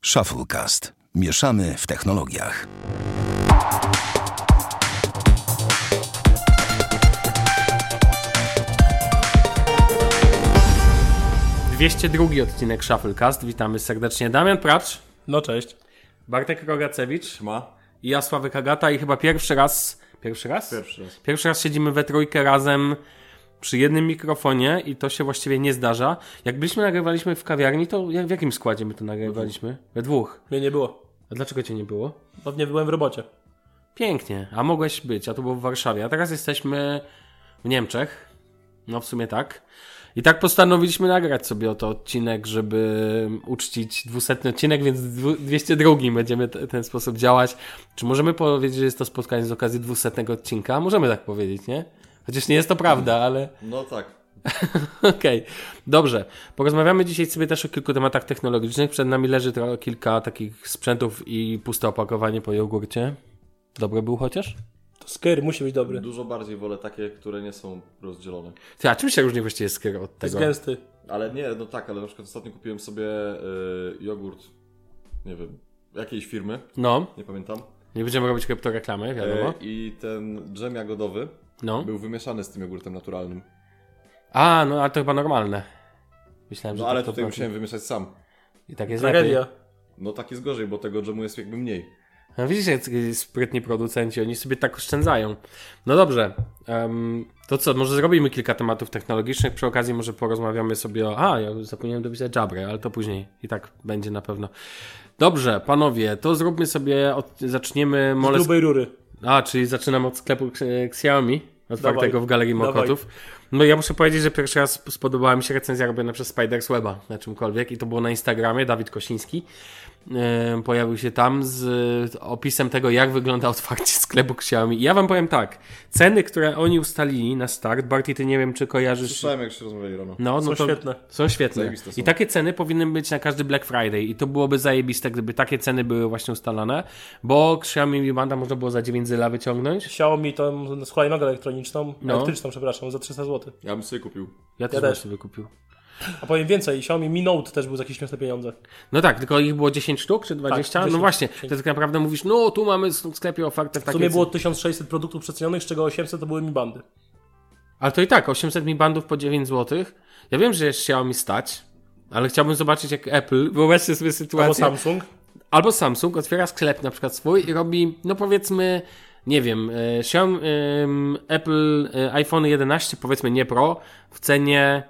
Shufflecast. Mieszamy w technologiach. ...202 odcinek Shufflecast. Witamy serdecznie. Damian Pracz. No cześć. Bartek Rogacewicz. Ma. I ja, Sławek Agata. I chyba pierwszy raz siedzimy we trójkę razem przy jednym mikrofonie i to się właściwie nie zdarza. Jak byliśmy nagrywaliśmy w kawiarni, to w jakim składzie my to nagrywaliśmy? We dwóch. Mnie nie było. A dlaczego cię nie było? Bo nie byłem w robocie. Pięknie. A mogłeś być, a to było w Warszawie. A teraz jesteśmy w Niemczech. No w sumie tak. I tak postanowiliśmy nagrać sobie oto odcinek, żeby uczcić 200 odcinek, więc 202 będziemy w ten sposób działać. Czy możemy powiedzieć, że jest to spotkanie z okazji 200 odcinka? Możemy tak powiedzieć, nie? Chociaż nie jest to prawda, ale... No tak. Okej, dobrze. Porozmawiamy dzisiaj sobie też o kilku tematach technologicznych. Przed nami leży kilka takich sprzętów i puste opakowanie po jogurcie. Dobry był chociaż? To Skyr musi być dobry. Dużo bardziej wolę takie, które nie są rozdzielone. Ty, a czym się różni właściwie Skyr od tego? Jest gęsty. Ale nie, no tak, ale na przykład ostatnio kupiłem sobie jogurt, nie wiem, jakiejś firmy, No, nie pamiętam. nie będziemy robić kryptoreklamy, wiadomo. I ten dżem jagodowy był wymieszany z tym jogurtem naturalnym. A, no ale to chyba normalne. Myślałem, że No ale tak to tutaj znaczy. musiałem wymieszać sam. I tak jest Tragedia. lepiej. No tak jest gorzej, bo tego dżemu jest jakby mniej. No widzicie, jak sprytni producenci, oni sobie tak oszczędzają. No dobrze, to co, może zrobimy kilka tematów technologicznych, przy okazji może porozmawiamy sobie o... ja zapomniałem dopisać Jabrę, ale to później i tak będzie na pewno. Dobrze, panowie, to zróbmy sobie, zaczniemy... Z grubej rury. Czyli zaczynam od sklepu Xiaomi, otwartego Dawaj. w Galerii Mokotów. No ja muszę powiedzieć, że pierwszy raz spodobała mi się recenzja robiona przez Spiders Weba na czymkolwiek i to było na Instagramie, Dawid Kosiński. Pojawił się tam z opisem tego, jak wygląda otwarcie sklepu Xiaomi. I ja wam powiem tak, ceny, które oni ustalili na start, Barty, ty nie wiem, czy kojarzysz... Słyszałem, jak się rozmawiali rano. Są świetne. Są świetne. Zajebiste są. I takie ceny powinny być na każdy Black Friday i to byłoby zajebiste, gdyby takie ceny były właśnie ustalone, bo Xiaomi Mi Banda można było za 9 zyla wyciągnąć. Xiaomi tą hulajnogę elektroniczną, No. elektryczną, przepraszam, za 300 zł. Ja bym sobie kupił. Ja też też. sobie kupił. A powiem więcej, Xiaomi Mi Note też był za jakieś śmieszne pieniądze. No tak, tylko ich było 10 sztuk czy 20? Tak, no 10. właśnie, to tak naprawdę mówisz, no tu mamy w sklepie ofertę w W takiej sumie było cenie. 1600 produktów przecenionych, z czego 800 to były Mi Bandy. Ale to i tak, 800 Mi Bandów po 9 zł. Ja wiem, że jest Xiaomi stać, ale chciałbym zobaczyć jak Apple, wyobraźcie sobie sytuację. Albo Samsung. Samsung otwiera sklep na przykład swój i robi, no powiedzmy, nie wiem, Xiaomi, Apple iPhone 11, powiedzmy nie Pro, w cenie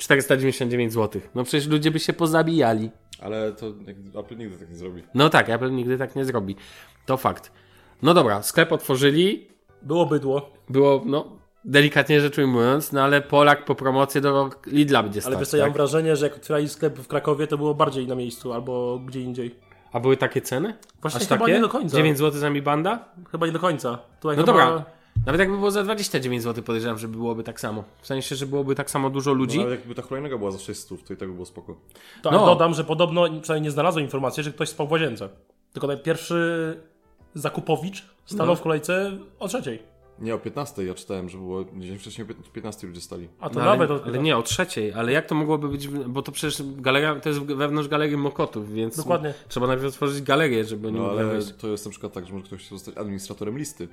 499 zł. No przecież ludzie by się pozabijali. Ale to Apple nigdy tak nie zrobi. No tak, Apple nigdy tak nie zrobi. To fakt. No dobra, sklep otworzyli, Było bydło. było, no, delikatnie rzecz ujmując, no ale Polak po promocję do Lidla będzie stać, Ale wiesz co, ja mam tak? wrażenie, że jak otwierali sklep w Krakowie, to było bardziej na miejscu, albo gdzie indziej. A były takie ceny? Właśnie Aż chyba takie? nie do końca. 9 zł za Mi Banda? Chyba nie do końca. Tutaj No chyba... dobra. Nawet jakby było za 29 zł, podejrzewam, że byłoby tak samo. W sensie, że byłoby tak samo dużo ludzi. No ale jakby ta hulajnoga była za 600, to i tak by było spoko. To No. dodam, że podobno, przynajmniej nie znalazłem informacji, że ktoś spał w łazience. Tylko ten pierwszy zakupowicz stanął w kolejce o 3:00. Nie, o 15 ja czytałem, że było dzień wcześniej o 15 ludzie stali. A to No, nawet ale nie, o 3:00. Ale jak to mogłoby być, bo to przecież galeria, to jest wewnątrz Galerii Mokotów, więc Dokładnie. trzeba najpierw otworzyć galerię, żeby oni No mogli ale wejść. to jest na przykład tak, że może ktoś zostać administratorem listy.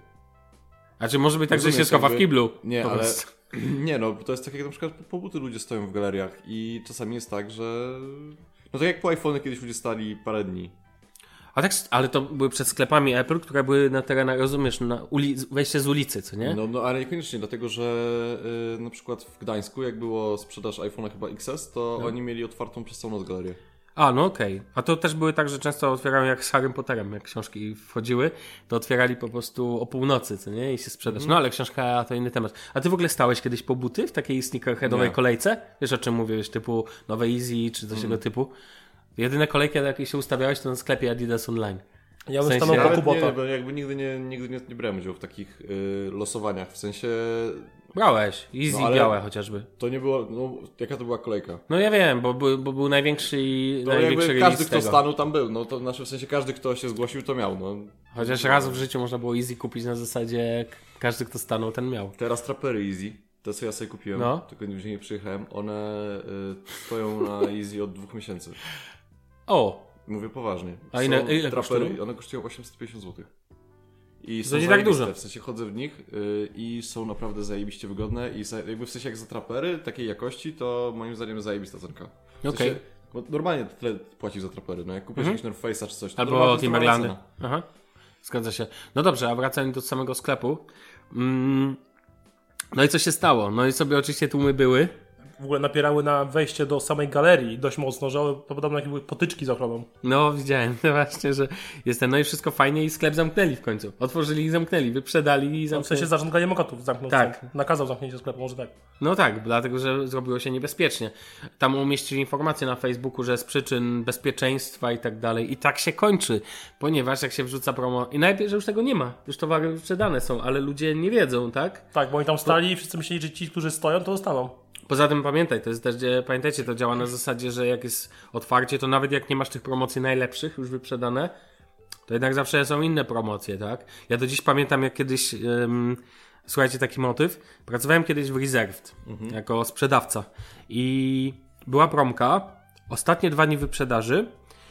A czy może być tak, że się Rozumiesz, schowa w jakby- kiblu? Nie, Po ale prostu. nie no, to jest tak jak na przykład po buty ludzie stoją w galeriach i czasami jest tak, że no tak jak po iPhone kiedyś ludzie stali parę dni. A tak, ale to były przed sklepami Apple, które były na terenach, rozumiesz, na wejście z ulicy, co nie? No ale niekoniecznie, dlatego że na przykład w Gdańsku jak było sprzedaż iPhone'a chyba XS, to oni mieli otwartą przez całą noc galerię. A, no okej. A to też były tak, że często otwierają jak z Harrym Potterem, jak książki wchodziły, to otwierali po prostu o północy, co nie? I się sprzedaż. No ale książka to inny temat. A ty w ogóle stałeś kiedyś po buty w takiej sneakerheadowej Nie. kolejce? Wiesz o czym mówię, wiesz, typu nowe Easy czy coś tego typu? Jedyne kolejki, na jakie się ustawiałeś, to na sklepie Adidas Online. Ja bym W sensie- stanął po Nawet Kubota. nie, bo jakby nigdy nie brałem udziału w takich losowaniach, w sensie Brałeś. Easy No, ale- białe chociażby. to nie było, no jaka to była kolejka? No ja wiem, bo był największy To największy jakby release każdy, kto tego. stanął tam był, no to znaczy w sensie każdy, kto się zgłosił, to miał, no. Chociaż raz w życiu można było Easy kupić na zasadzie każdy, kto stanął, ten miał. Teraz trapery Easy, te co ja sobie kupiłem, No. tylko nie przyjechałem, one stoją na Easy od 2 miesięcy. O, Mówię poważnie. A ile trapery, kosztują? one kosztują 850 zł. I To są nie tak dużo. W sensie chodzę w nich i są naprawdę zajebiście wygodne i jakby w sensie jak za trapery takiej jakości, to moim zdaniem zajebista cenka. W sensie, Okej. bo normalnie tyle płacisz za trapery, no jak kupisz jakiś North Face'a czy coś, to Albo normalnie to Timberlandy. cena. Aha. Zgadza się. No dobrze, a wracając do samego sklepu. No i co się stało? No i sobie oczywiście tłumy były. W ogóle napierały na wejście do samej galerii dość mocno, że podobno jakieś były potyczki z ochroną. No widziałem właśnie, że jest ten, no i wszystko fajnie i sklep zamknęli w końcu. Otworzyli i zamknęli, wyprzedali i No, w zamknęli. sensie zarząd Ganiemokotów zamknął Tak. sklep. Nakazał zamknięcie sklepu, może tak. No tak, dlatego, że zrobiło się niebezpiecznie. Tam umieścili informację na Facebooku, że z przyczyn bezpieczeństwa i tak dalej. I tak się kończy, ponieważ jak się wrzuca promo... I najpierw, że już tego nie ma. Już towary wyprzedane są, ale ludzie nie wiedzą, tak? Tak, bo oni tam stali i wszyscy myśleli, że ci, którzy stoją, to zostaną. Poza tym pamiętaj, to jest też, pamiętajcie, to działa na zasadzie, że jak jest otwarcie, to nawet jak nie masz tych promocji najlepszych już wyprzedane, to jednak zawsze są inne promocje, tak? Ja do dziś pamiętam, jak kiedyś, słuchajcie, taki motyw, pracowałem kiedyś w Reserved jako sprzedawca i była promka, ostatnie 2 dni wyprzedaży,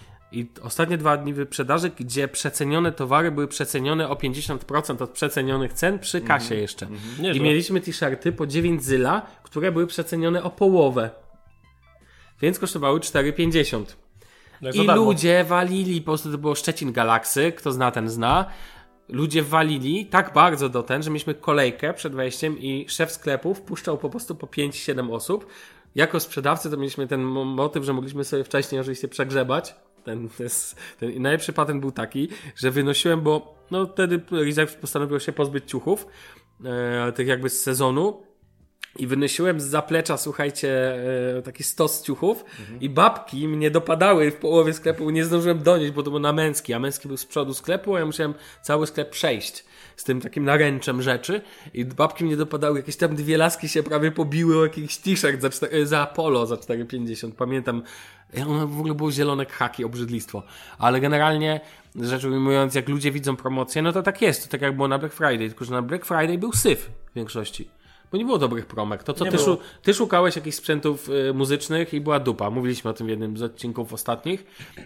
gdzie przecenione towary były przecenione o 50% od przecenionych cen przy kasie jeszcze. I Nieźle. mieliśmy t-shirty po 9 zyla, które były przecenione o połowę. Więc kosztowały 4,50. Jak za I darmo. ludzie walili, po prostu to było Szczecin Galaksy, kto zna, ten zna. Ludzie walili tak bardzo do ten, że mieliśmy kolejkę przed wejściem i szef sklepu wpuszczał po prostu po 5-7 osób. Jako sprzedawcy to mieliśmy ten motyw, że mogliśmy sobie wcześniej oczywiście przegrzebać. Ten najlepszy patent był taki, że wynosiłem, bo no wtedy Reserve postanowił się pozbyć ciuchów, tych jakby z sezonu. I wynosiłem z zaplecza, słuchajcie, taki stos ciuchów i babki mnie dopadały w połowie sklepu, nie zdążyłem donieść, bo to był na męski, a męski był z przodu sklepu, a ja musiałem cały sklep przejść z tym takim naręczem rzeczy i babki mnie dopadały, jakieś tam 2 laski się prawie pobiły o jakiś t-shirt za Apollo za 4,50, pamiętam. Ono w ogóle było zielone khaki, obrzydlistwo. Ale generalnie, rzecz ujmując, jak ludzie widzą promocję, no to tak jest, to tak jak było na Black Friday, tylko że na Black Friday był syf w większości. Bo nie było dobrych promek. To co ty szukałeś jakichś sprzętów muzycznych i była dupa. Mówiliśmy o tym w jednym z odcinków ostatnich.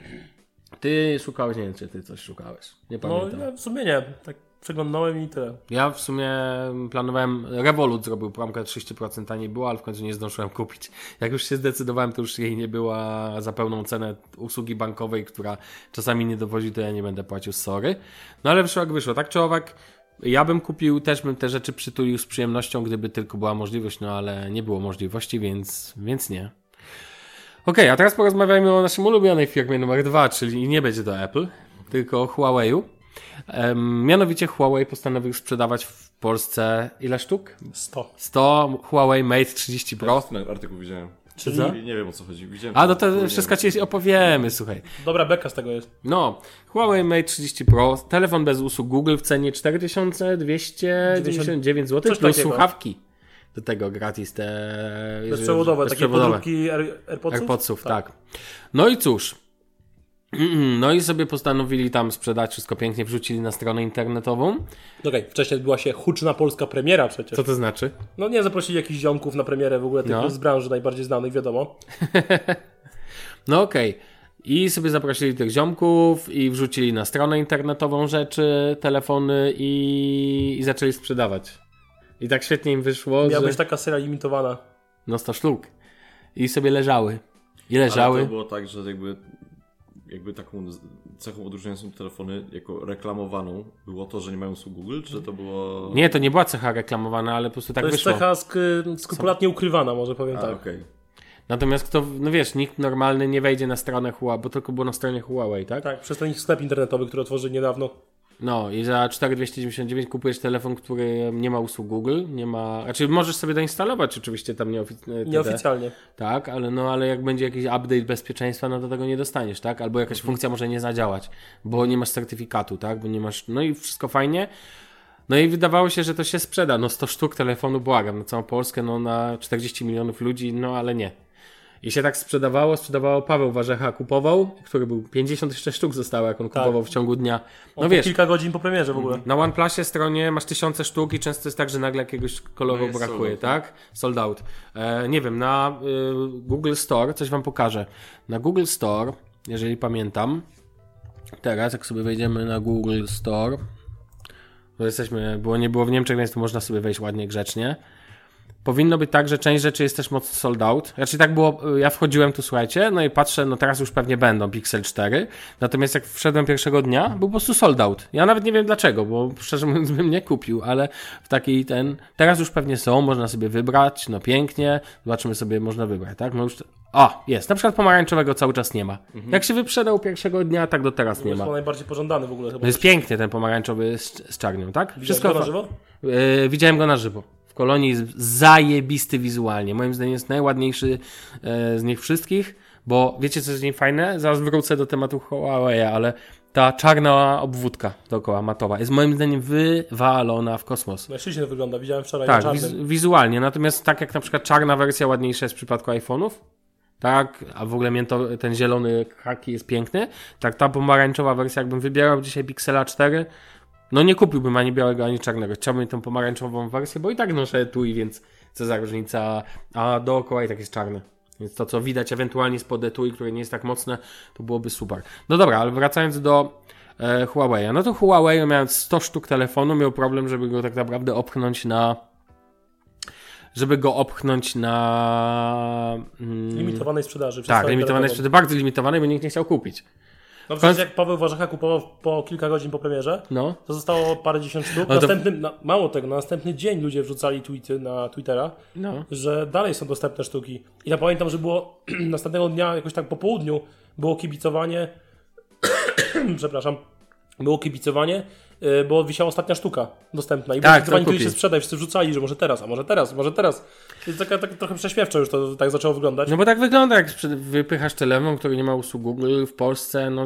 Ty szukałeś, nie wiem czy ty coś szukałeś. Nie pamiętam. No ja w sumie nie. Tak przeglądnąłem i tyle. Ja w sumie planowałem, Revolut zrobił promkę 30% taniej była, ale w końcu nie zdążyłem kupić. Jak już się zdecydowałem, to już jej nie była za pełną cenę usługi bankowej, która czasami nie dowozi, to ja nie będę płacił, sorry. No ale wyszło jak wyszło. Tak czy owak, ja bym kupił, też bym te rzeczy przytulił z przyjemnością, gdyby tylko była możliwość, no ale nie było możliwości, więc nie. Okej, a teraz porozmawiajmy o naszym ulubionej firmie numer 2, czyli nie będzie to Apple, tylko o Huawei'u. Mianowicie Huawei postanowił sprzedawać w Polsce ile sztuk? 100 Huawei Mate 30 Pro. Ten artykuł widziałem. Czy co? Nie wiem o co chodzi. Widziałem A, no to wszystko ci opowiemy, słuchaj. Dobra beka z tego jest. No, Huawei Mate 30 Pro, telefon bez usług Google w cenie 4299 zł Coś plus takiego. słuchawki. Do tego gratis te... Bezprzewodowe, takie podróbki AirPodsów, tak. No i cóż. No i sobie postanowili tam sprzedać, wszystko pięknie wrzucili na stronę internetową. Okej, wcześniej odbyła się huczna polska premiera przecież. Co to znaczy? No nie zaprosili jakichś ziomków na premierę w ogóle, tych z branży najbardziej znanych, wiadomo. No okej. I sobie zaprosili tych ziomków i wrzucili na stronę internetową rzeczy, telefony i zaczęli sprzedawać. I tak świetnie im wyszło, Miała że... być taka seria limitowana. No 100 sztuk. I sobie leżały. I leżały. Ale to było tak, że jakby taką cechą odróżniającą telefony jako reklamowaną było to, że nie mają usług Google, czy to było... Nie, to nie była cecha reklamowana, ale po prostu tak to jest wyszło. cecha skrupulatnie ukrywana, może powiem tak. okej. Natomiast kto, no wiesz, nikt normalny nie wejdzie na stronę Huawei, bo tylko było na stronie Huawei, tak? Tak, przez ten ich sklep internetowy, który otworzyli niedawno. No i za 4,299 kupujesz telefon, który nie ma usług Google, nie ma... Znaczy możesz sobie doinstalować oczywiście tam Nieoficjalnie. Tak, ale jak będzie jakiś update bezpieczeństwa, no to tego nie dostaniesz, tak? Albo jakaś funkcja może nie zadziałać, bo nie masz certyfikatu, tak? Bo nie masz... No i wszystko fajnie. No i wydawało się, że to się sprzeda. No 100 sztuk telefonu, błagam, na całą Polskę, no na 40 milionów ludzi, no ale nie. I się tak sprzedawało. Paweł Warzecha kupował, który był 50 jeszcze sztuk zostało, jak on kupował w ciągu dnia. No wiesz, kilka godzin po premierze w ogóle. na OnePlusie stronie masz 1000 sztuk i często jest tak, że nagle jakiegoś koloru jest brakuje, sold out, tak? Sold out. Nie wiem, na Google Store, coś wam pokażę. Na Google Store jeżeli pamiętam. Teraz, jak sobie wejdziemy na Google Store, bo nie było w Niemczech, więc to można sobie wejść ładnie, grzecznie. Powinno być tak, że część rzeczy jest też mocno sold out. Raczej tak było, ja wchodziłem tu, słuchajcie, no i patrzę, no teraz już pewnie będą Pixel 4. Natomiast jak wszedłem pierwszego dnia, był po prostu sold out. Ja nawet nie wiem dlaczego, bo szczerze mówiąc bym nie kupił, ale w takiej teraz już pewnie są, można sobie wybrać, no pięknie, zobaczymy sobie, można wybrać, tak? No już, jest, na przykład pomarańczowego cały czas nie ma. Jak się wyprzedał pierwszego dnia, tak do teraz nie ma. To najbardziej pożądany w ogóle chyba. To jest piękny ten pomarańczowy z czarnią, tak? Widziałeś go na żywo? Widziałem go na żywo. W Kolonii jest zajebisty wizualnie. Moim zdaniem jest najładniejszy z nich wszystkich, bo wiecie co jest z niej fajne? Zaraz wrócę do tematu Huawei, ale ta czarna obwódka dookoła matowa jest moim zdaniem wywalona w kosmos. No ślicznie to wygląda, widziałem wczoraj tak, na czarnym. Wizualnie, natomiast tak jak na przykład czarna wersja ładniejsza jest w przypadku iPhone'ów, tak, a w ogóle ten zielony khaki jest piękny, tak ta pomarańczowa wersja, jakbym wybierał dzisiaj Pixela 4, no nie kupiłbym ani białego, ani czarnego. Chciałbym tą pomarańczową wersję, bo i tak noszę etui, więc co za różnica, a dookoła i tak jest czarne. Więc to, co widać ewentualnie spod etui, które nie jest tak mocne, to byłoby super. No dobra, ale wracając do Huawei. No to Huawei, mając 100 sztuk telefonu, miał problem, żeby go tak naprawdę opchnąć na limitowanej sprzedaży. Tak, limitowanej sprzedaży, bardzo limitowanej, bo nikt nie chciał kupić. No przecież jak Paweł Warzecha kupował po kilka godzin po premierze, to zostało parędziesiąt sztuk. Mało tego, na następny dzień ludzie wrzucali tweety na Twittera, że dalej są dostępne sztuki. I ja pamiętam, że było następnego dnia, jakoś tak po południu, było kibicowanie, bo wisiała ostatnia sztuka dostępna. I tak, było kibicowanie, się sprzeda i wszyscy wrzucali, że może teraz, a może teraz, a może teraz. Jest tak trochę prześmiewczo już to tak zaczęło wyglądać. No bo tak wygląda, jak wypychasz telefon, który nie ma usług Google w Polsce, no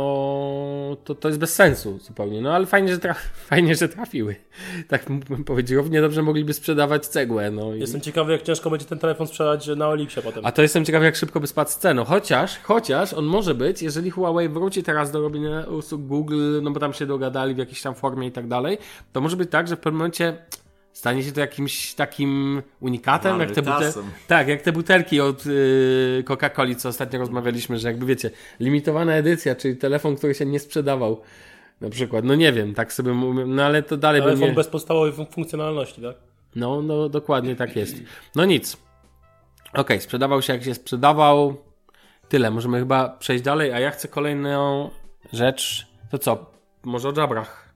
to jest bez sensu zupełnie. No ale fajnie, że trafiły. Tak bym powiedział, równie dobrze mogliby sprzedawać cegłę. No Jestem ciekawy, jak ciężko będzie ten telefon sprzedać na Olipsie potem. A to jestem ciekawy, jak szybko by spadł z ceną. Chociaż on może być, jeżeli Huawei wróci teraz do robienia usług Google, no bo tam się dogadali w jakiejś tam formie i tak dalej, to może być tak, że w pewnym momencie stanie się to jakimś takim unikatem, jak te butelki od Coca-Coli, co ostatnio rozmawialiśmy, że jakby wiecie, limitowana edycja, czyli telefon, który się nie sprzedawał na przykład, no nie wiem, tak sobie mówię, no ale to dalej telefon bez podstawowej funkcjonalności, tak? No dokładnie tak jest. No nic. Okej, sprzedawał się jak się sprzedawał. Tyle, możemy chyba przejść dalej, a ja chcę kolejną rzecz. To co? Może o Jabrach.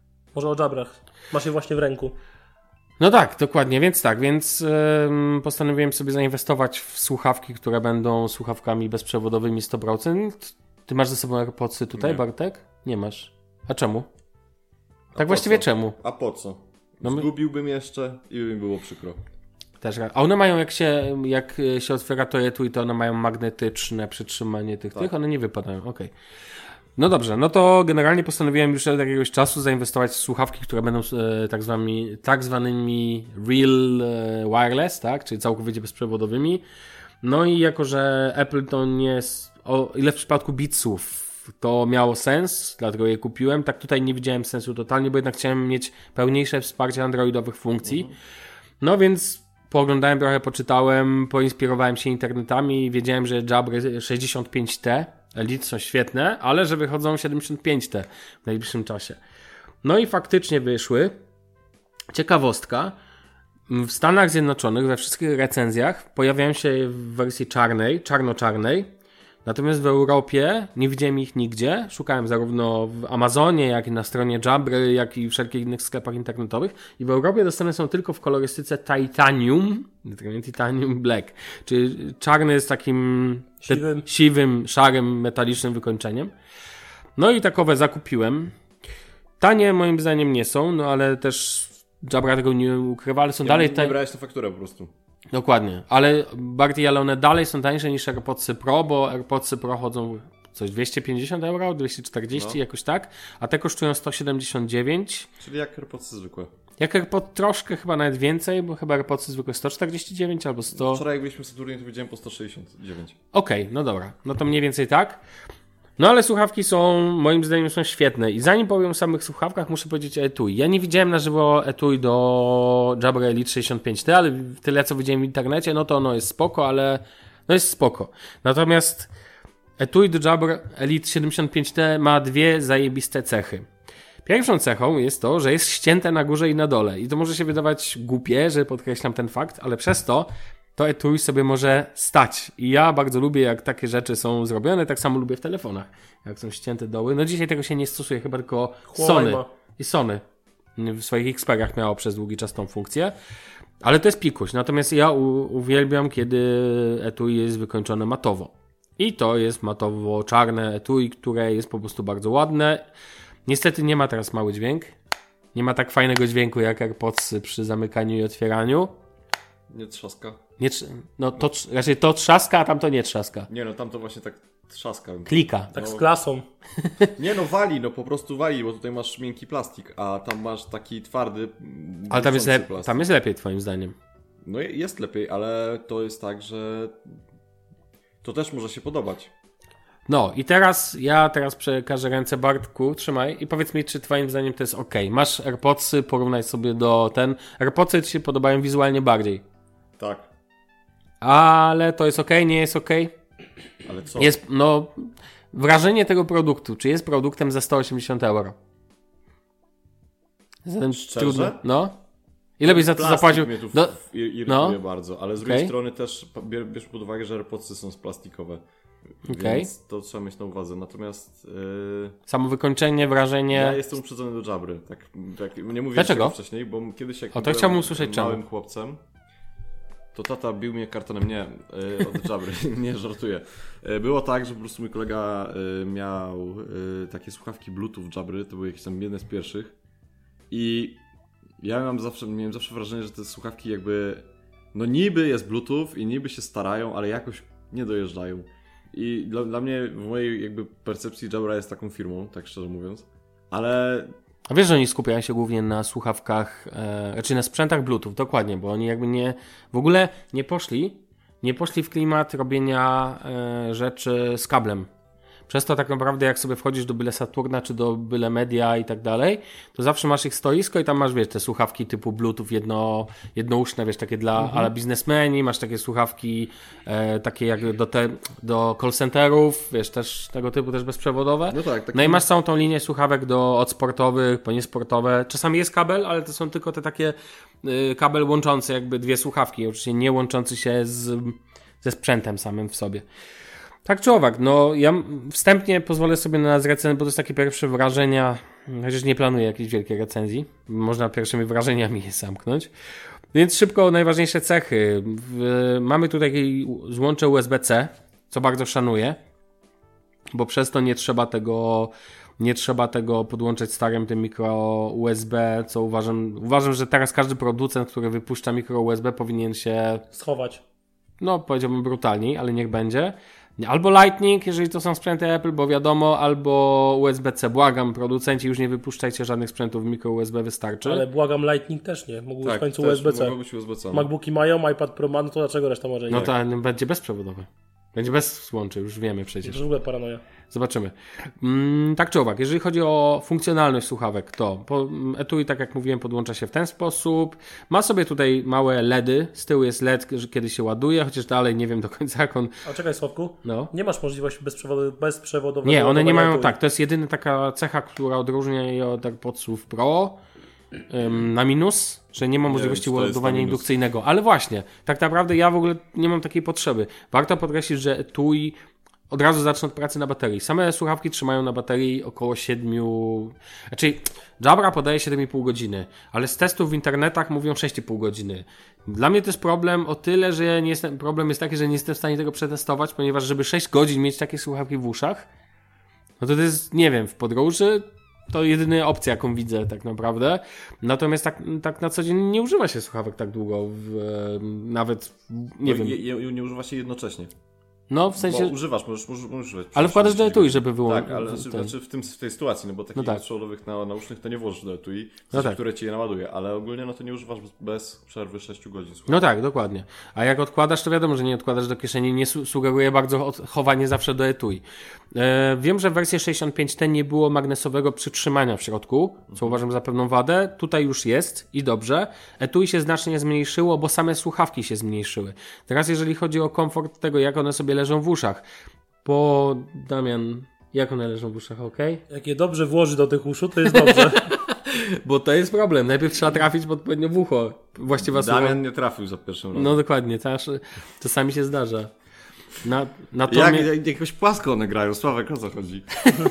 Masz je właśnie w ręku. No tak, dokładnie, więc postanowiłem sobie zainwestować w słuchawki, które będą słuchawkami bezprzewodowymi 100%. Ty masz ze sobą AirPodsy tutaj, nie. Bartek? Nie masz. A czemu? Tak właściwie co? Czemu? A po co? Zgubiłbym jeszcze i by mi było przykro. Też, a one mają, jak się otwiera to etui, to one mają magnetyczne przytrzymanie tych, one nie wypadają, okej. No dobrze, no to generalnie postanowiłem już od jakiegoś czasu zainwestować w słuchawki, które będą tak zwanymi real wireless, tak, czyli całkowicie bezprzewodowymi. No i jako, że Apple to nie jest, o ile w przypadku Beatsów to miało sens, dlatego je kupiłem, tak tutaj nie widziałem sensu totalnie, bo jednak chciałem mieć pełniejsze wsparcie androidowych funkcji. No więc pooglądałem trochę, poczytałem, poinspirowałem się internetami i wiedziałem, że Jabry 65T Elite są świetne, ale że wychodzą 75T w najbliższym czasie. No i faktycznie wyszły. Ciekawostka. W Stanach Zjednoczonych we wszystkich recenzjach pojawiają się w wersji czarno-czarnej. Natomiast w Europie nie widziałem ich nigdzie. Szukałem zarówno w Amazonie, jak i na stronie Jabry, jak i wszelkich innych sklepach internetowych. I w Europie dostępne są tylko w kolorystyce Titanium Black. Czyli czarny z takim siwym, szarym, metalicznym wykończeniem. No i takowe zakupiłem. Tanie moim zdaniem nie są, no ale też Jabra tego nie ukrywa, ale są dalej... Nie brałeś na fakturę po prostu. Dokładnie, ale bardziej, ale one dalej są tańsze niż AirPodsy Pro, bo AirPodsy Pro chodzą coś 250 euro, 240, jakoś tak, a te kosztują 179. Czyli jak AirPodsy zwykłe. Jak AirPod troszkę chyba nawet więcej, bo chyba AirPodsy zwykłe 149 albo 100. Wczoraj jak byliśmy w Saturnie, to widziałem po 169. Okej, no dobra, no to mniej więcej tak. No ale słuchawki moim zdaniem są świetne i zanim powiem o samych słuchawkach, muszę powiedzieć o etui. Ja nie widziałem na żywo etui do Jabra Elite 65T, ale tyle co widziałem w internecie, no to ono jest spoko, ale no jest spoko. Natomiast etui do Jabra Elite 75T ma dwie zajebiste cechy. Pierwszą cechą jest to, że jest ścięte na górze i na dole. I to może się wydawać głupie, że podkreślam ten fakt, ale przez to etui sobie może stać. I ja bardzo lubię, jak takie rzeczy są zrobione, tak samo lubię w telefonach, jak są ścięte doły. No dzisiaj tego się nie stosuje, chyba tylko Sony. I Sony w swoich Xperiach miało przez długi czas tą funkcję. Ale to jest pikuś. Natomiast ja uwielbiam, kiedy etui jest wykończone matowo. I to jest matowo-czarne etui, które jest po prostu bardzo ładne. Niestety nie ma teraz mały dźwięk. Nie ma tak fajnego dźwięku jak AirPods przy zamykaniu i otwieraniu. Nie trzaska. Raczej to trzaska, a tam to nie trzaska. Nie, no tam to właśnie tak trzaska. Klika. Tak z klasą. Nie no, wali, no po prostu wali, bo tutaj masz miękki plastik, a tam masz taki twardy. Ale tam jest lepiej twoim zdaniem. No jest lepiej, ale to jest tak, że to też może się podobać. No i teraz przekażę ręce Bartku, trzymaj i powiedz mi, czy twoim zdaniem to jest ok. Masz AirPodsy, porównaj sobie do AirPodsy ci się podobają wizualnie bardziej. Tak. Ale to jest ok, nie jest ok? Ale co? Jest, wrażenie tego produktu, czy jest produktem za 180 euro? Zatem szczerze? Ile byś za to zapłacił? Mnie tu irytuje bardzo, ale z drugiej strony też bierz pod uwagę, że AirPodsy są plastikowe. Więc to trzeba mieć na uwadze. Natomiast samo wykończenie, wrażenie. Ja jestem uprzedzony do Jabry. Tak, nie mówię tego wcześniej, bo kiedyś jak to chciałbym usłyszeć małym chłopcem, to tata bił mnie kartonem. Nie, od Jabry. Nie, żartuję. Było tak, że po prostu mój kolega miał takie słuchawki Bluetooth Jabry. To były jakieś tam jedne z pierwszych. I ja miałem zawsze wrażenie, że te słuchawki jakby niby jest Bluetooth i niby się starają, ale jakoś nie dojeżdżają. I dla mnie, w mojej jakby percepcji Jabra jest taką firmą, tak szczerze mówiąc, ale... A wiesz, że oni skupiają się głównie na słuchawkach, raczej na sprzętach Bluetooth, dokładnie, bo oni jakby w ogóle nie poszli w klimat robienia rzeczy z kablem. Przez to tak naprawdę jak sobie wchodzisz do byle Saturna, czy do byle Media i tak dalej, to zawsze masz ich stoisko i tam masz, te słuchawki typu Bluetooth jednouszne, takie dla ale biznesmeni, masz takie słuchawki takie jak do call centerów, też tego typu też bezprzewodowe. No tak. No i masz całą tą linię słuchawek od sportowych, po niesportowe. Czasami jest kabel, ale to są tylko te takie kabel łączący jakby dwie słuchawki, oczywiście nie łączący się ze sprzętem samym w sobie. Tak czy owak, ja wstępnie pozwolę sobie na zrecenzję, bo to jest takie pierwsze wrażenia, chociaż nie planuję jakiejś wielkiej recenzji, można pierwszymi wrażeniami je zamknąć. Więc szybko najważniejsze cechy. Mamy tutaj złącze USB-C, co bardzo szanuję, bo przez to nie trzeba tego podłączać starym tym mikro USB, co uważam, że teraz każdy producent, który wypuszcza mikro USB powinien się schować. Powiedziałbym brutalniej, ale niech będzie. Albo Lightning, jeżeli to są sprzęty Apple, bo wiadomo, albo USB-C. Błagam, producenci, już nie wypuszczajcie żadnych sprzętów, mikro USB wystarczy. Ale błagam, Lightning też nie. Mógł być w końcu USB-C. MacBooki mają, iPad Pro ma, to dlaczego reszta może nie? To będzie bezprzewodowy. Będzie bez łączy, już wiemy przecież. To w ogóle paranoja. Zobaczymy. Tak czy owak, jeżeli chodzi o funkcjonalność słuchawek, to etui, tak jak mówiłem, podłącza się w ten sposób. Ma sobie tutaj małe LEDy. Z tyłu jest LED, kiedy się ładuje, chociaż dalej nie wiem do końca jak on... A czekaj, Sławku. Nie masz możliwości bezprzewodowego... Nie, one nie mają tak. To jest jedyna taka cecha, która odróżnia je od AirPodsów Pro na minus, że nie ma możliwości ładowania indukcyjnego. Ale właśnie, tak naprawdę ja w ogóle nie mam takiej potrzeby. Warto podkreślić, że etui od razu zacznę od pracy na baterii. Same słuchawki trzymają na baterii około 7... Znaczy, Jabra podaje 7,5 godziny, ale z testów w internetach mówią 6,5 godziny. Dla mnie to jest problem o tyle, że problem jest taki, że nie jestem w stanie tego przetestować, ponieważ żeby 6 godzin mieć takie słuchawki w uszach, to jest, nie wiem, w podróży to jedyna opcja, jaką widzę tak naprawdę. Natomiast tak na co dzień nie używa się słuchawek tak długo, nawet, nie wiem. Nie używa się jednocześnie. W sensie... Bo używasz, możesz używać. Ale wkładasz do etui, żeby wyłączyć. Tak, ale w tej sytuacji, bo takich przewodowych nausznych to nie włożysz do etui, które ci je naładuje, ale ogólnie to nie używasz bez przerwy 6 godzin. Tak, dokładnie. A jak odkładasz, to wiadomo, że nie odkładasz do kieszeni, nie sugeruje bardzo chowanie zawsze do etui. Wiem, że w wersji 65T nie było magnesowego przytrzymania w środku, co uważam za pewną wadę. Tutaj już jest i dobrze. Etui się znacznie zmniejszyło, bo same słuchawki się zmniejszyły. Teraz jeżeli chodzi o komfort tego, jak one sobie leżą w uszach, Bo Damian, jak one leżą w uszach, okej? Jak je dobrze włoży do tych uszu, to jest dobrze. Bo to jest problem. Najpierw trzeba trafić odpowiednio w ucho. Właściwa Damian nie trafił za pierwszym razem. No dokładnie, czasami się zdarza. Jak jakoś płasko one grają, Sławek, o co chodzi?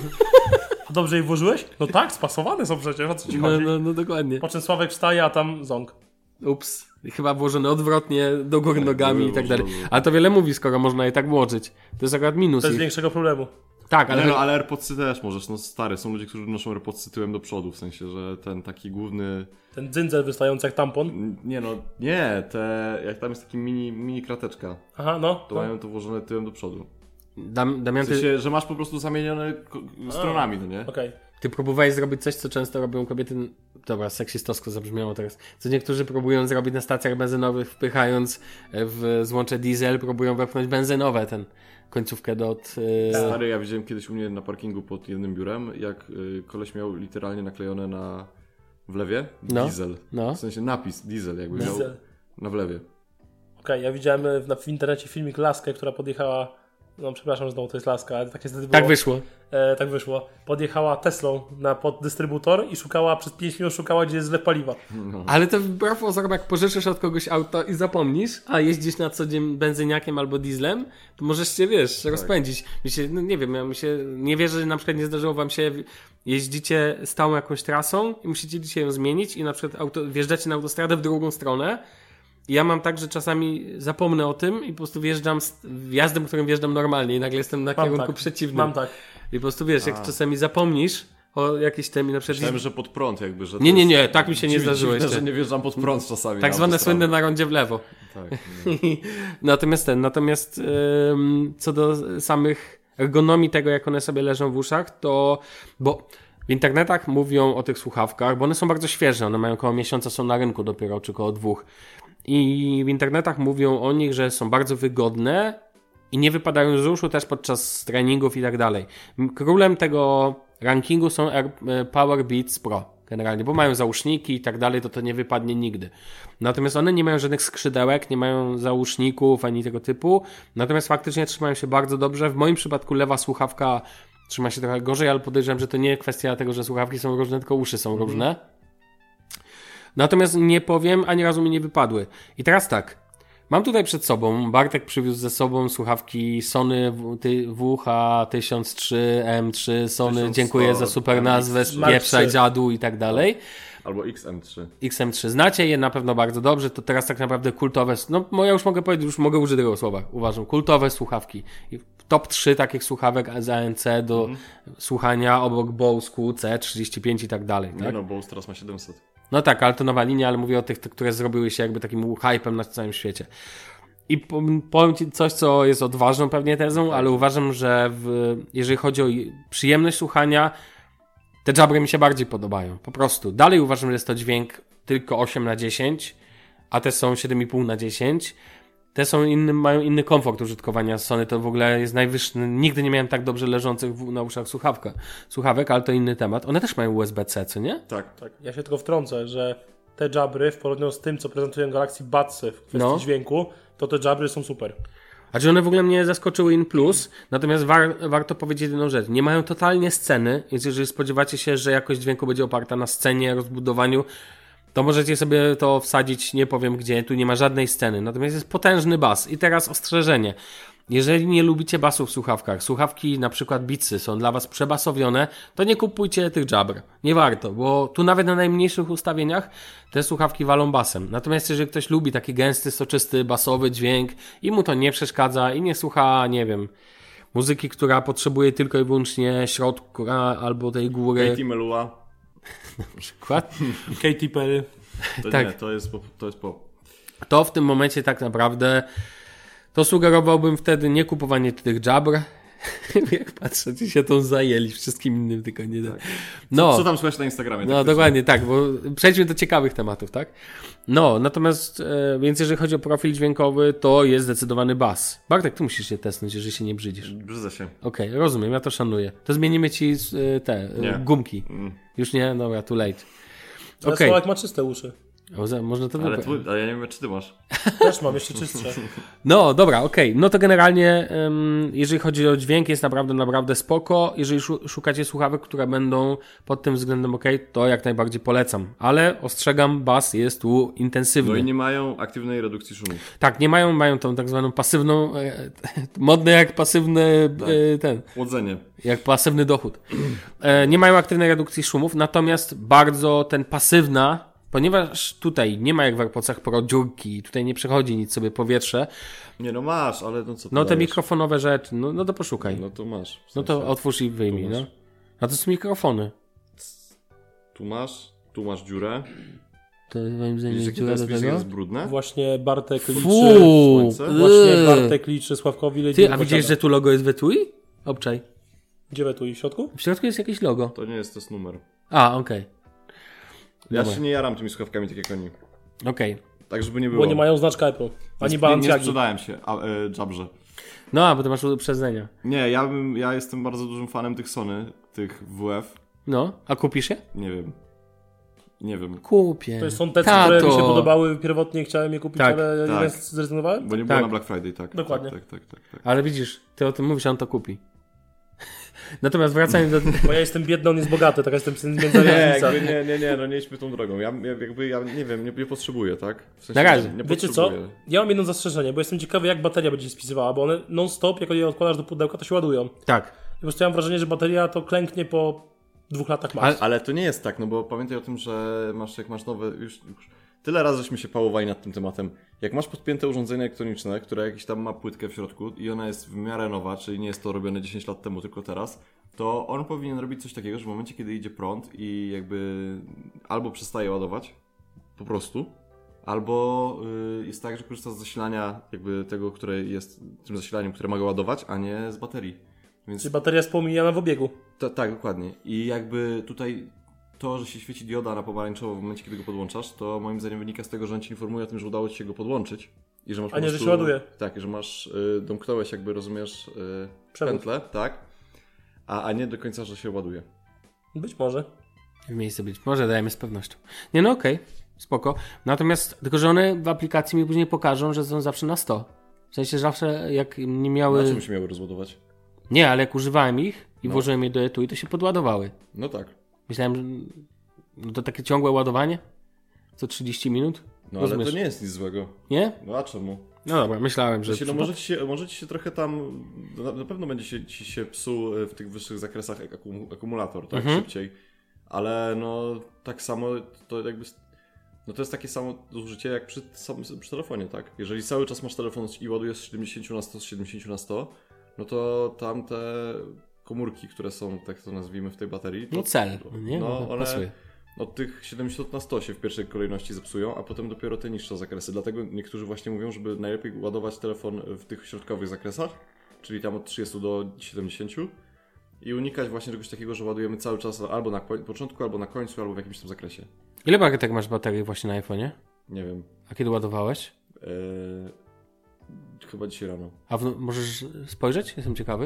A dobrze je włożyłeś? No tak, spasowane są przecież, o co ci chodzi? No dokładnie. Po czym Sławek wstaje, a tam ząg. Ups, chyba włożony odwrotnie, do góry nogami i tak dalej. Ale to wiele mówi, skoro można je tak włożyć. To jest akurat minus. To jest większego problemu. Tak, ale AirPodsy też możesz, no stary, są ludzie, którzy noszą AirPodsy tyłem do przodu, w sensie, że ten taki główny... Ten dzyndzel wystający jak tampon? Jak tam jest taki mini krateczka. Aha, no. To mają to włożone tyłem do przodu. Damian, w sensie, że masz po prostu zamienione stronami, no nie? Okej. Ty próbowałeś zrobić coś, co często robią kobiety... Dobra, seksistowsko zabrzmiało teraz. Co niektórzy próbują zrobić na stacjach benzynowych, wpychając w złącze diesel, próbują wepchnąć benzynowe końcówkę Stary, ja widziałem kiedyś u mnie na parkingu pod jednym biurem, jak koleś miał literalnie naklejone w lewie diesel. No. W sensie napis diesel jakby miał na wlewie. Okej, ja widziałem w internecie filmik laskę, która podjechała... No przepraszam, że znowu to jest laska, ale tak niestety było. Tak wyszło. Tak wyszło. Podjechała Teslą pod dystrybutor i przez 5 minut szukała, gdzie jest zlew paliwa. No. Ale to wbrew pozorom, jak pożyczysz od kogoś auto i zapomnisz, a jeździsz na co dzień benzyniakiem albo dieslem, to możesz się, rozpędzić. Nie wierzę, że na przykład nie zdarzyło wam się, jeździcie stałą jakąś trasą i musicie dzisiaj ją zmienić i na przykład wjeżdżacie na autostradę w drugą stronę. I ja mam tak, że czasami zapomnę o tym i po prostu wjeżdżam wjazdem, którym wjeżdżam normalnie i nagle jestem na kierunku przeciwnym. Mam tak. I po prostu jak czasami zapomnisz o jakiejś temie na przykład... Myślałem, że pod prąd jakby, że... Nie, tak mi się nie zdarzyło jeszcze. Że nie wjeżdżam pod prąd czasami. Tak zwane słynne na rondzie w lewo. Tak. Natomiast co do samych ergonomii tego, jak one sobie leżą w uszach, bo w internetach mówią o tych słuchawkach, bo one są bardzo świeże, one mają około miesiąca, są na rynku dopiero, czy około 2. I w internetach mówią o nich, że są bardzo wygodne i nie wypadają z uszu też podczas treningów i tak dalej. Królem tego rankingu są Power Beats Pro generalnie, bo mają załóżniki i tak dalej, to nie wypadnie nigdy. Natomiast one nie mają żadnych skrzydełek, nie mają załóżników ani tego typu, natomiast faktycznie trzymają się bardzo dobrze. W moim przypadku lewa słuchawka trzyma się trochę gorzej, ale podejrzewam, że to nie kwestia tego, że słuchawki są różne, tylko uszy są różne. Natomiast nie powiem, ani razu mi nie wypadły. I teraz tak, mam tutaj przed sobą, Bartek przywiózł ze sobą słuchawki Sony WH-1003 M3, Sony, 1100, dziękuję za super nazwę, spieprzaj dziadu i tak dalej. Albo XM3. XM3, znacie je na pewno bardzo dobrze, to teraz tak naprawdę kultowe, ja już mogę powiedzieć, już mogę użyć tego słowa, uważam, kultowe słuchawki. Top 3 takich słuchawek z ANC do słuchania obok Bose QC35 i tak dalej. Tak? Nie no, Bose teraz ma 700. No tak, ale to nowa linia, ale mówię o tych, które zrobiły się jakby takim hypem na całym świecie. I powiem Ci coś, co jest odważną pewnie tezą, ale uważam, że jeżeli chodzi o przyjemność słuchania, te Jabry mi się bardziej podobają. Po prostu. Dalej uważam, że jest to dźwięk tylko 8/10, a te są 7,5/10. Te są mają inny komfort użytkowania. Sony to w ogóle jest najwyższy. Nigdy nie miałem tak dobrze leżących na uszach słuchawek, ale to inny temat. One też mają USB-C, co nie? Tak. Ja się tylko wtrącę, że te Jabry w porównaniu z tym, co prezentują Galaxy Budsy w kwestii dźwięku, to te Jabry są super. A czy one w ogóle mnie zaskoczyły in plus, natomiast warto powiedzieć jedną rzecz. Nie mają totalnie sceny, więc jeżeli spodziewacie się, że jakość dźwięku będzie oparta na scenie, rozbudowaniu, to możecie sobie to wsadzić, nie powiem gdzie, tu nie ma żadnej sceny. Natomiast jest potężny bas. I teraz ostrzeżenie. Jeżeli nie lubicie basów w słuchawkach, słuchawki na przykład Beatsy są dla was przebasowione, to nie kupujcie tych Jabr. Nie warto, bo tu nawet na najmniejszych ustawieniach te słuchawki walą basem. Natomiast jeżeli ktoś lubi taki gęsty, soczysty, basowy dźwięk i mu to nie przeszkadza i nie słucha, nie wiem, muzyki, która potrzebuje tylko i wyłącznie środka albo tej góry. Katy Melua. Na przykład. Katy Perry. Tak. Nie, to jest pop. To w tym momencie tak naprawdę to sugerowałbym wtedy nie kupowanie tych Jabr. Jak patrzę, ci się tą zajęli wszystkim innym, tylko nie tak. Co tam słychać na Instagramie? No dokładnie, tak, bo przejdźmy do ciekawych tematów, tak? Natomiast, więc jeżeli chodzi o profil dźwiękowy, to jest zdecydowany bas. Bartek, ty musisz się testnąć, jeżeli się nie brzydzisz. Brzydzę się. Okej, rozumiem, ja to szanuję. To zmienimy ci te gumki. Już nie? Dobra, too late. Ale Sławek ma czyste uszy. Można to ale ja nie wiem, czy ty masz. Też mam, jeszcze czystsze. No, dobra, okej. No to generalnie, jeżeli chodzi o dźwięk, jest naprawdę spoko. Jeżeli szukacie słuchawek, które będą pod tym względem to jak najbardziej polecam. Ale ostrzegam, bas jest tu intensywny. No i nie mają aktywnej redukcji szumu. Tak, nie mają tą tak zwaną pasywną, modne jak pasywny Chłodzenie. jak pasywny dochód. Nie mają aktywnej redukcji szumów, natomiast bardzo ten pasywna, ponieważ tutaj nie ma jak w AirPodsach Pro dziurki, tutaj nie przechodzi nic sobie powietrze. Nie, no masz, ale no co ty No te dajesz? mikrofonowe rzeczy, no to poszukaj. No to masz. W sensie, no to otwórz i wyjmij, no. A to są mikrofony. Tu masz dziurę. To moim zdaniem Widzisz, jest dziura do tego? jest brudne? Właśnie Bartek liczy... Słońce? Właśnie Bartek liczy Sławkowi... Ty, a widziałeś, że tu logo jest w etui? Obczaj. Gdzie we tu i w środku? W środku jest jakieś logo. To nie jest numer. A, okej. Ja się nie jaram tymi słuchawkami tak jak oni. Okej. Tak, żeby nie było. Bo nie mają znaczka Apple. Ani Balenciagi. Nie sprzedałem się, Jabrze. No, bo ty masz uprzedzenia. Nie, ja jestem bardzo dużym fanem tych Sony, tych WF. No, a kupisz je? Nie wiem. Kupię. To są te, które mi się podobały pierwotnie, chciałem je kupić, tak, ale jeden zrezygnowałem? Bo nie było na Black Friday, tak. Dokładnie. Tak. Ale widzisz, ty o tym mówisz, a on to kupi. Natomiast wracając do... Bo ja jestem biedny, on jest bogaty, tak jestem między różnica. Nie, no nie idźmy tą drogą. Ja nie wiem, nie potrzebuję, tak? W sensie, na razie. Nie wiecie co? Ja mam jedno zastrzeżenie, bo jestem ciekawy, jak bateria będzie spisywała, bo one non-stop, jak je odkładasz do pudełka, to się ładują. Tak. I po prostu ja mam wrażenie, że bateria to klęknie po 2 latach max. Ale to nie jest tak, no bo pamiętaj o tym, że jak masz nowe... Już tyle razy żeśmy się pałowali nad tym tematem. Jak masz podpięte urządzenie elektroniczne, które jakiś tam ma płytkę w środku i ona jest w miarę nowa, czyli nie jest to robione 10 lat temu, tylko teraz, to on powinien robić coś takiego, że w momencie, kiedy idzie prąd i jakby albo przestaje ładować, po prostu, albo jest tak, że korzysta z zasilania jakby tego, które jest tym zasilaniem, które ma go ładować, a nie z baterii. Więc... Czyli bateria jest pomijana w obiegu. Tak, dokładnie. I jakby tutaj to, że się świeci dioda na pomarańczowo w momencie, kiedy go podłączasz, to moim zdaniem wynika z tego, że on ci informuje o tym, że udało ci się go podłączyć. I że masz a nie, że się ładuje. Tak, że masz, domknąłeś jakby, rozumiesz, pętlę, tak, a nie do końca, że się ładuje. Być może. W miejsce być może, dajemy z pewnością. Nie, no okej, spoko. Natomiast, tylko że one w aplikacji mi później pokażą, że są zawsze na 100. W sensie, że zawsze jak nie miały... Na czym się miały rozładować? Nie, ale jak używałem ich i włożyłem je do etui, to się podładowały. No tak. Myślałem, że to takie ciągłe ładowanie? Co 30 minut? No ale to nie jest nic złego. Nie? No a czemu? No dobra, myślałem, że... No może ci się trochę tam... Na pewno będzie ci się psuł w tych wyższych zakresach akumulator, tak? Szybciej. Ale no tak samo to jakby... No to jest takie samo zużycie jak przy telefonie, tak? Jeżeli cały czas masz telefon i ładujesz z 70 na 100, z 70 na 100, no to tamte komórki, które są, tak to nazwijmy, w tej baterii... To, no cel, nie? No one pasuje. od tych 70 na 100 się w pierwszej kolejności zepsują, a potem dopiero te niższe zakresy. Dlatego niektórzy właśnie mówią, żeby najlepiej ładować telefon w tych środkowych zakresach, czyli tam od 30 do 70 i unikać właśnie czegoś takiego, że ładujemy cały czas albo na początku, albo na końcu, albo w jakimś tam zakresie. Ile baterii masz baterii właśnie na iPhone'ie? Nie wiem. A kiedy ładowałeś? Chyba dzisiaj rano. A możesz spojrzeć? Jestem ciekawy.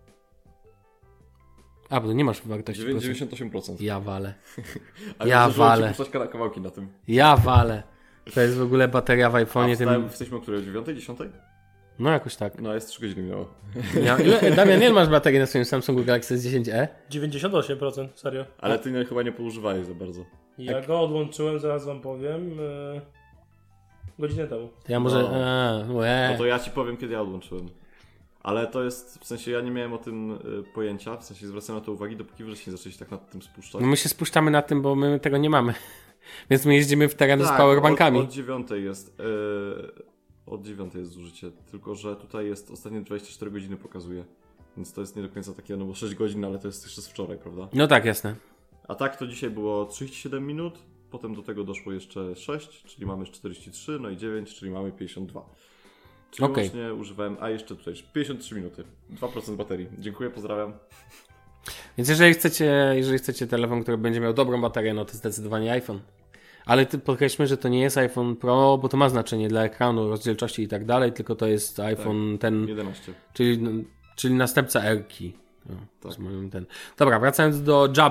A, bo nie masz wartości. 98%. Ja walę. A ja walę. Kawałki na tym. Ja walę. To jest w ogóle bateria w iPhone'ie. Jesteśmy o której? 9, 10? No jakoś tak. No jest 3 godziny miało. Damian, ile masz baterii na swoim Samsungu Galaxy S10e? 98%, serio. Ale ty chyba nie poużywałeś za bardzo. Ja go odłączyłem, zaraz wam powiem, godzinę temu. To ja może... No to ja ci powiem, kiedy ja odłączyłem. Ale to jest, w sensie ja nie miałem o tym pojęcia, w sensie zwracałem na to uwagi, dopóki wy się zaczęliście tak nad tym spuszczać. No my się spuszczamy nad tym, bo my tego nie mamy. Więc my jeździmy w tereny z powerbankami. Od 9 jest. Od 9 jest zużycie, tylko że tutaj jest ostatnie 24 godziny pokazuje. Więc to jest nie do końca takie, no bo 6 godzin, ale to jest jeszcze z wczoraj, prawda? No tak, jasne. A tak to dzisiaj było 37 minut, potem do tego doszło jeszcze 6, czyli mamy 43, no i 9, czyli mamy 52. Czyli właśnie używałem, a jeszcze tutaj 53 minuty, 2% baterii. Dziękuję, pozdrawiam. Więc jeżeli chcecie telefon, który będzie miał dobrą baterię, no to zdecydowanie iPhone. Ale podkreślmy, że to nie jest iPhone Pro, bo to ma znaczenie dla ekranu, rozdzielczości i tak dalej, tylko to jest iPhone ten... 11. Czyli następca R-ki. Dobra, wracając do Jabr.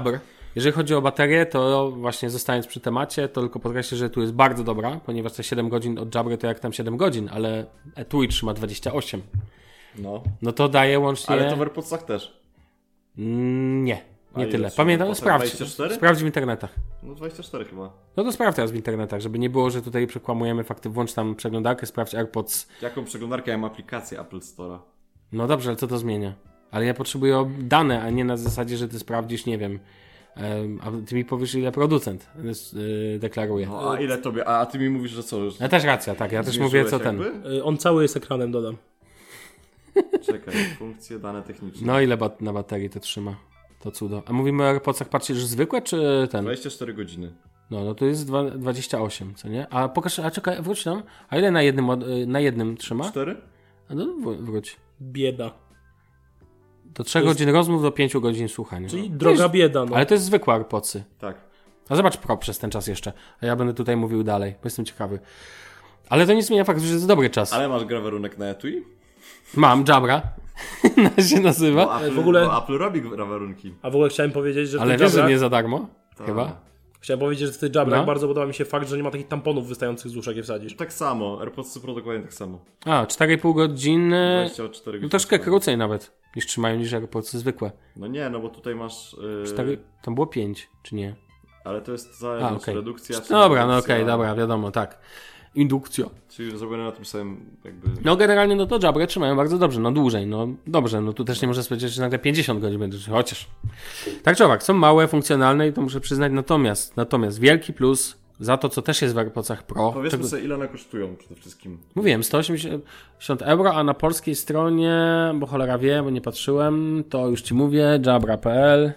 Jeżeli chodzi o baterię, to właśnie zostając przy temacie, to tylko podkreślę, że tu jest bardzo dobra, ponieważ te 7 godzin od Jabry to jak tam 7 godzin, ale etui trzyma 28. No to daje łącznie... Ale to w AirPodsach też? Nie tyle. Pamiętam, sprawdź w internetach. No 24 chyba. No to sprawdź teraz w internetach, żeby nie było, że tutaj przekłamujemy fakty. Włącz tam przeglądarkę, sprawdź AirPods. Jaką przeglądarkę? Ja mam aplikację Apple Store'a. No dobrze, ale co to zmienia? Ale ja potrzebuję dane, a nie na zasadzie, że ty sprawdzisz, nie wiem, a ty mi powiesz, ile producent deklaruje. No, a ile tobie? A ty mi mówisz, że co? Ja też racja, tak. Ja też mówię, co ten. On cały jest ekranem, dodam. Czekaj, funkcje, dane techniczne. No ile na baterii to trzyma? To cudo. A mówimy o AirPodsach, patrzysz, zwykłe czy ten? 24 godziny. No to jest 28, co nie? A pokaż, czekaj, wróć tam. A ile na jednym trzyma? 4? No wróć. Bieda. Do 3 godzin rozmów, do 5 godzin słuchania. Czyli droga bieda, no. Ale to jest zwykłe AirPodsy. Tak. A zobacz Pro przez ten czas jeszcze. A ja będę tutaj mówił dalej, bo jestem ciekawy. Ale to nie zmienia faktu, że jest dobry czas. Ale masz grawerunek na etui? Mam, Jabra. się nazywa. Bo Apple robi grawerunki. A w ogóle chciałem powiedzieć, że ale wiesz, że nie za darmo? Tak. Chyba. Chciałem powiedzieć, że w tych Jabrach bardzo podoba mi się fakt, że nie ma takich tamponów wystających z uszek, je wsadzisz. Tak samo. AirPodsy Pro dokładnie tak samo. 4,5 godziny. 24 godziny. No troszkę krócej nawet niż trzymają niż AirPodsy zwykłe. No nie, no bo tutaj masz... 4, tam było 5, czy nie? Ale to jest zależność, redukcja... Dobra, no okej, dobra, wiadomo, tak. Indukcja. Czyli zrobione na tym samym jakby... No generalnie no to Jabry trzymają bardzo dobrze, no dłużej, no dobrze, no tu też nie można powiedzieć, że nagle 50 godzin będziesz, chociaż. Tak czy owak, są małe, funkcjonalne i to muszę przyznać, natomiast wielki plus za to, co też jest w AirPodsach Pro. Powiedzmy sobie, ile one kosztują przede wszystkim. Mówiłem, 180 euro, a na polskiej stronie, bo cholera wie, bo nie patrzyłem, to już ci mówię, jabra.pl.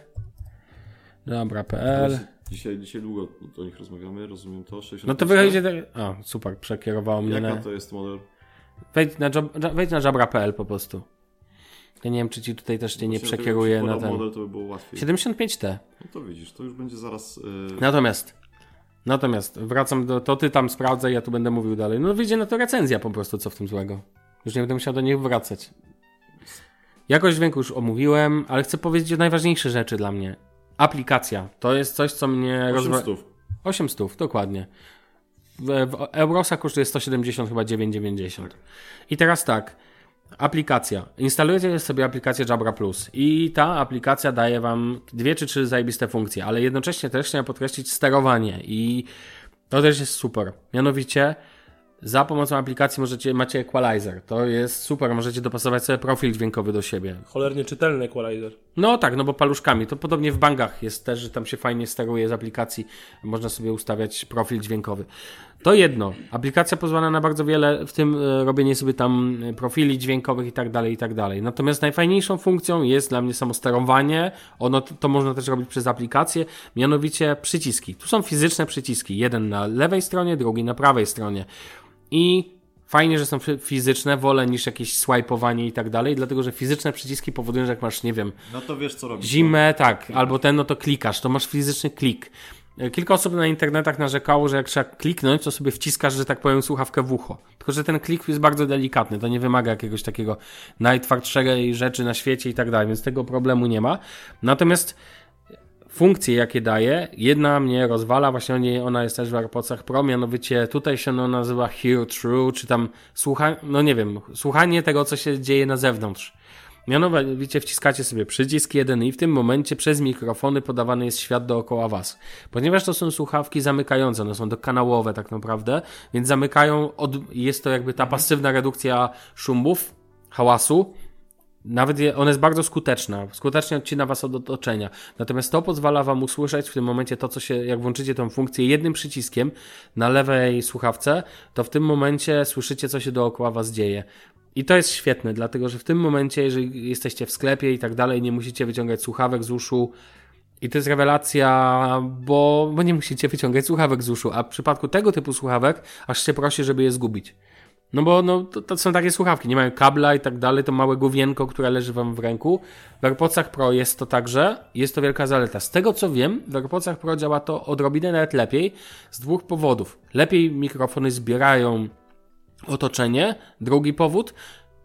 Dzisiaj długo o nich rozmawiamy, rozumiem to. 60 no to wychodzi tak... A, super, przekierowało mnie Jaka to jest model? Wejdź na jabra.pl po prostu. Ja nie wiem, czy ci tutaj też cię nie przekieruje na ten... model, to by było łatwiej. 75T. No to widzisz, to już będzie zaraz... Natomiast wracam to ty tam sprawdzaj, ja tu będę mówił dalej. No wyjdzie na to recenzja po prostu, co w tym złego. Już nie będę musiał do nich wracać. Jakość dźwięku już omówiłem, ale chcę powiedzieć o najważniejsze rzeczy dla mnie. Aplikacja. To jest coś, co mnie... 800, dokładnie. W Eurosach kosztuje 170, chyba 9,90. Tak. I teraz tak. Aplikacja. Instalujecie sobie aplikację Jabra Plus i ta aplikacja daje wam 2 czy 3 zajebiste funkcje, ale jednocześnie też chciałem podkreślić sterowanie i to też jest super. Mianowicie za pomocą aplikacji macie equalizer. To jest super, możecie dopasować sobie profil dźwiękowy do siebie. Cholernie czytelny equalizer. No tak, no bo paluszkami. To podobnie w bangach jest też, że tam się fajnie steruje z aplikacji. Można sobie ustawiać profil dźwiękowy. To jedno. Aplikacja pozwala na bardzo wiele, w tym robienie sobie tam profili dźwiękowych i tak dalej. Natomiast najfajniejszą funkcją jest dla mnie samo sterowanie. To można też robić przez aplikację. Mianowicie przyciski. Tu są fizyczne przyciski. Jeden na lewej stronie, drugi na prawej stronie. I fajnie, że są fizyczne, wolę niż jakieś swajpowanie i tak dalej, dlatego, że fizyczne przyciski powodują, że jak masz, nie wiem... No to wiesz, co robisz. Zimę, tak, albo no to klikasz, to masz fizyczny klik. Kilka osób na internetach narzekało, że jak trzeba kliknąć, to sobie wciskasz, że tak powiem, słuchawkę w ucho. Tylko, że ten klik jest bardzo delikatny, to nie wymaga jakiegoś takiego najtwardszej rzeczy na świecie i tak dalej, więc tego problemu nie ma. Natomiast funkcje, jakie daje, jedna mnie rozwala, właśnie ona jest też w AirPodsach Pro, mianowicie tutaj się ona nazywa Hear True, czy tam słuchanie tego, co się dzieje na zewnątrz. Mianowicie wciskacie sobie przycisk jeden i w tym momencie przez mikrofony podawany jest świat dookoła was. Ponieważ to są słuchawki zamykające, one są dokanałowe tak naprawdę, więc zamykają, jest to jakby ta pasywna redukcja szumów, hałasu. Nawet ona jest bardzo skuteczna. Skutecznie odcina was od otoczenia. Natomiast to pozwala wam usłyszeć w tym momencie to, co się, jak włączycie tą funkcję jednym przyciskiem na lewej słuchawce, to w tym momencie słyszycie, co się dookoła was dzieje. I to jest świetne, dlatego że w tym momencie, jeżeli jesteście w sklepie i tak dalej, nie musicie wyciągać słuchawek z uszu. I to jest rewelacja, bo nie musicie wyciągać słuchawek z uszu. A w przypadku tego typu słuchawek, aż się prosi, żeby je zgubić. No bo to są takie słuchawki, nie mają kabla i tak dalej, to małe główienko, które leży wam w ręku. W AirPodsach Pro jest to także, jest to wielka zaleta. Z tego co wiem, w AirPodsach Pro działa to odrobinę nawet lepiej z 2 powodów. Lepiej mikrofony zbierają otoczenie, drugi powód,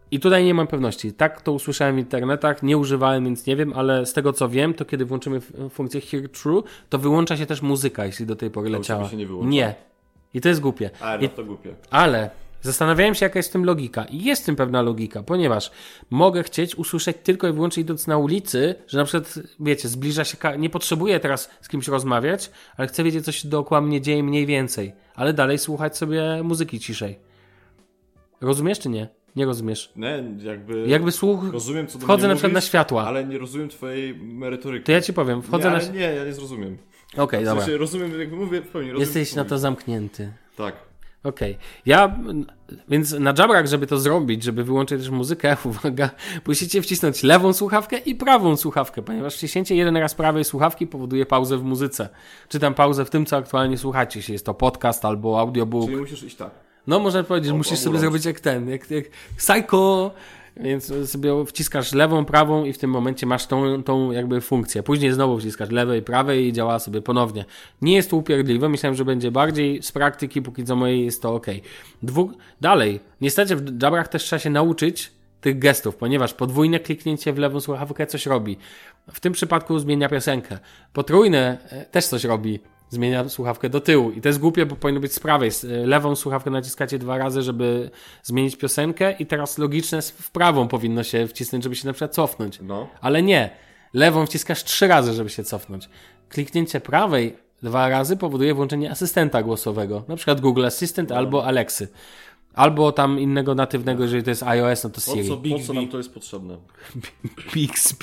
I tutaj nie mam pewności. Tak to usłyszałem w internetach, nie używałem, więc nie wiem, ale z tego co wiem, to kiedy włączymy funkcję Hear True, to wyłącza się też muzyka, jeśli do tej pory leciała. Się nie wyłącza. Nie. I to jest głupie. No to głupie. Ale zastanawiałem się, jaka jest w tym logika. I jest w tym pewna logika, ponieważ mogę chcieć usłyszeć tylko i wyłącznie idąc na ulicy, że na przykład, wiecie, zbliża się, nie potrzebuję teraz z kimś rozmawiać, ale chcę wiedzieć, co się dookoła mnie dzieje mniej więcej. Ale dalej słuchać sobie muzyki ciszej. Rozumiesz czy nie? Nie rozumiesz. Nie, jakby słuch. Rozumiem, co do wchodzę mnie na przykład mówisz, na światła. Ale nie rozumiem twojej merytoryki. To ja ci powiem, wchodzę nie, ja nie zrozumiem. Okej, dobra. W sensie rozumiem, jakby mówię w pełni. Jesteś na to zamknięty. Tak. Okej. Więc na Jabrach, żeby to zrobić, żeby wyłączyć też muzykę, uwaga, musicie wcisnąć lewą słuchawkę i prawą słuchawkę, ponieważ wciśnięcie jeden raz prawej słuchawki powoduje pauzę w muzyce. Czy tam pauzę w tym, co aktualnie słuchacie, jeśli jest to podcast albo audiobook. Czyli musisz iść tak. No, można powiedzieć, musisz sobie zrobić jak jak Psycho, więc sobie wciskasz lewą, prawą i w tym momencie masz tą jakby funkcję. Później znowu wciskasz lewej, prawej i działa sobie ponownie. Nie jest to upierdliwe, myślałem, że będzie bardziej z praktyki, póki co mojej jest to ok. Dalej, niestety w Jabrach też trzeba się nauczyć tych gestów, ponieważ podwójne kliknięcie w lewą słuchawkę coś robi. W tym przypadku zmienia piosenkę. Potrójne też coś robi. Zmienia słuchawkę do tyłu. I to jest głupie, bo powinno być z prawej. Lewą słuchawkę naciskacie 2 razy, żeby zmienić piosenkę i teraz logiczne w prawą powinno się wcisnąć, żeby się na przykład cofnąć. No. Ale nie. Lewą wciskasz 3 razy, żeby się cofnąć. Kliknięcie prawej 2 razy powoduje włączenie asystenta głosowego. Na przykład Google Assistant albo Alexy. Albo tam innego natywnego, jeżeli to jest iOS, no to Siri. Po co nam to jest potrzebne? Bixby.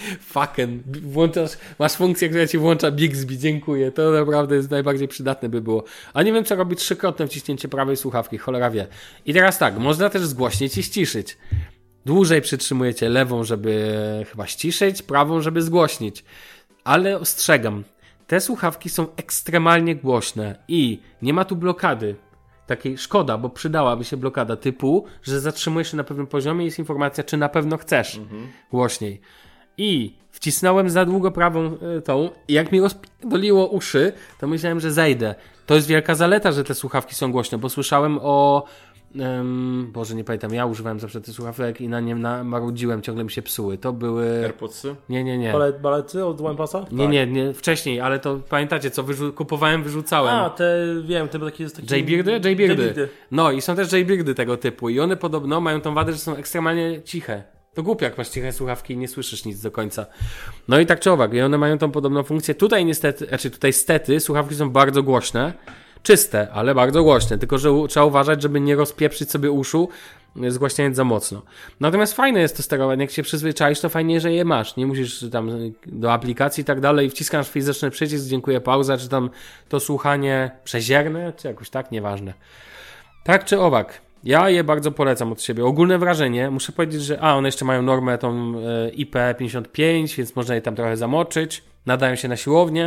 Masz funkcję, która ci włącza Bixby, dziękuję. To naprawdę jest najbardziej przydatne by było. A nie wiem, co robi 3-krotne wciśnięcie prawej słuchawki, cholera wie. I teraz tak, można też zgłośnić i ściszyć. Dłużej przytrzymujecie lewą, żeby chyba ściszyć, prawą, żeby zgłośnić. Ale ostrzegam, te słuchawki są ekstremalnie głośne i nie ma tu blokady. Takiej szkoda, bo przydałaby się blokada typu, że zatrzymujesz się na pewnym poziomie i jest informacja, czy na pewno chcesz głośniej. I wcisnąłem za długo prawą tą i jak mi rozpierdoliło uszy, to myślałem, że zejdę. To jest wielka zaleta, że te słuchawki są głośne, bo słyszałem o... Boże, nie pamiętam, ja używałem zawsze tych słuchawek i na nie marudziłem, ciągle mi się psuły. To były... AirPodsy? Nie. Balety od OnePassa? Nie, wcześniej, ale to pamiętacie, co kupowałem, wyrzucałem. A, te takie... J-Beardy? No i są też J-Beardy tego typu i one podobno mają tą wadę, że są ekstremalnie ciche. To głupio, jak masz ciche słuchawki i nie słyszysz nic do końca. No i tak czy owak, i one mają tą podobną funkcję. Tutaj stety, słuchawki są bardzo głośne, czyste, ale bardzo głośne, tylko że trzeba uważać, żeby nie rozpieprzyć sobie uszu, zgłaśniając za mocno. Natomiast fajne jest to sterowanie, jak się przyzwyczaisz, to fajnie, że je masz. Nie musisz tam do aplikacji i tak dalej, wciskasz fizyczny przycisk, dziękuję, pauza, czy tam to słuchanie przezierne, czy jakoś tak, nieważne. Tak czy owak. Ja je bardzo polecam od siebie. Ogólne wrażenie, muszę powiedzieć, że one jeszcze mają normę tą IP55, więc można je tam trochę zamoczyć. Nadają się na siłownię.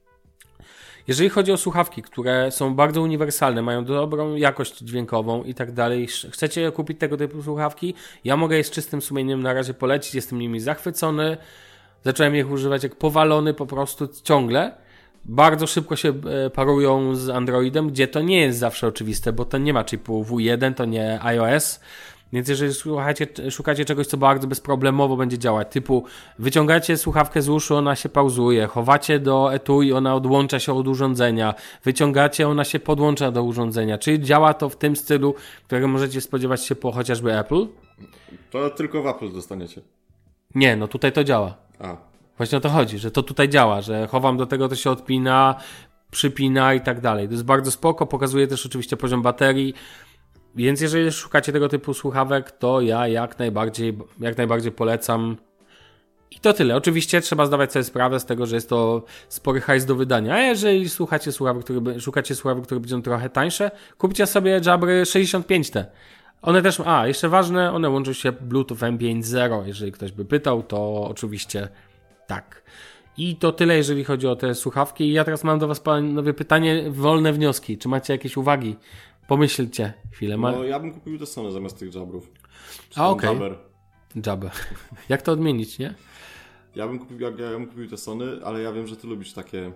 Jeżeli chodzi o słuchawki, które są bardzo uniwersalne, mają dobrą jakość dźwiękową i tak dalej, chcecie kupić tego typu słuchawki, ja mogę je z czystym sumieniem na razie polecić, jestem nimi zachwycony. Zacząłem ich używać jak powalony po prostu ciągle. Bardzo szybko się parują z Androidem, gdzie to nie jest zawsze oczywiste, bo to nie ma chipu W1, to nie iOS, więc jeżeli szukacie czegoś, co bardzo bezproblemowo będzie działać, typu wyciągacie słuchawkę z uszu, ona się pauzuje, chowacie do etui, ona odłącza się od urządzenia, wyciągacie, ona się podłącza do urządzenia, czyli działa to w tym stylu, którego możecie spodziewać się po chociażby Apple? To tylko w Apple dostaniecie. Nie, no tutaj to działa. Właśnie o to chodzi, że to tutaj działa, że chowam do tego, to się odpina, przypina i tak dalej. To jest bardzo spoko, pokazuje też oczywiście poziom baterii, więc jeżeli szukacie tego typu słuchawek, to ja jak najbardziej polecam. I to tyle. Oczywiście trzeba zdawać sobie sprawę z tego, że jest to spory hajs do wydania. A jeżeli szukacie słuchawek, które będą trochę tańsze, kupcie sobie Jabry 65T. One też, jeszcze ważne, one łączą się Bluetooth M5.0. Jeżeli ktoś by pytał, to oczywiście tak. I to tyle, jeżeli chodzi o te słuchawki. I ja teraz mam do was, panowie, pytanie, wolne wnioski. Czy macie jakieś uwagi? Pomyślcie chwilę. No, ja bym kupił te Sony zamiast tych Jabrów. Okej. Jabber. Jak to odmienić, nie? Ja bym kupił te Sony, ale ja wiem, że ty lubisz takie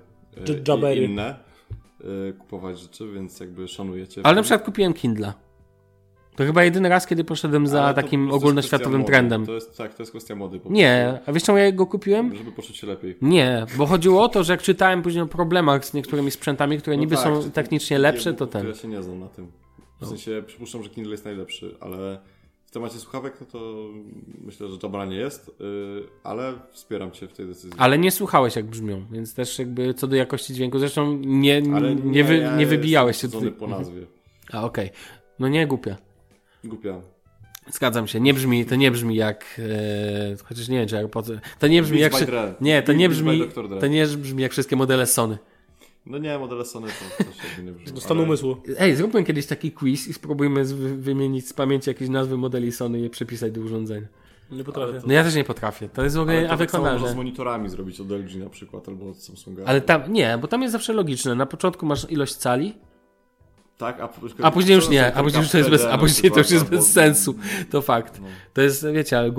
inne kupować rzeczy, więc jakby szanujecie. Ale na przykład kupiłem Kindla. To chyba jedyny raz, kiedy poszedłem za takim ogólnoświatowym trendem. To jest kwestia mody. Nie, a wiesz czemu ja go kupiłem? Żeby poczuć się lepiej. Nie, bo chodziło o to, że jak czytałem później o problemach z niektórymi sprzętami, które niby są technicznie lepsze, to ten. Ja się nie znam na tym. W sensie przypuszczam, że Kindle jest najlepszy, ale w temacie słuchawek, no to myślę, że Jabra nie jest, ale wspieram cię w tej decyzji. Ale nie słuchałeś jak brzmią, więc też jakby co do jakości dźwięku, zresztą nie wybijałeś się tutaj. Po nazwie. A okej. No nie głupia. Głupia. Zgadzam się, to nie brzmi jak chociaż nie wiem, czy jak to nie brzmi jak to nie brzmi jak wszystkie modele Sony. No nie, modele Sony to też nie brzmi. Do stanu umysłu. Ej, zróbmy kiedyś taki quiz i spróbujmy wymienić z pamięci jakieś nazwy modeli Sony i je przypisać do urządzenia. Nie potrafię. No ja też nie potrafię. To jest w ogóle wykonane. Można z monitorami zrobić od LG na przykład, albo od Samsunga. Ale tam, nie, bo tam jest zawsze logiczne. Na początku masz ilość cali, tak, a później już nie, a później to już jest bez sensu. To fakt. No. To jest, wiecie, ale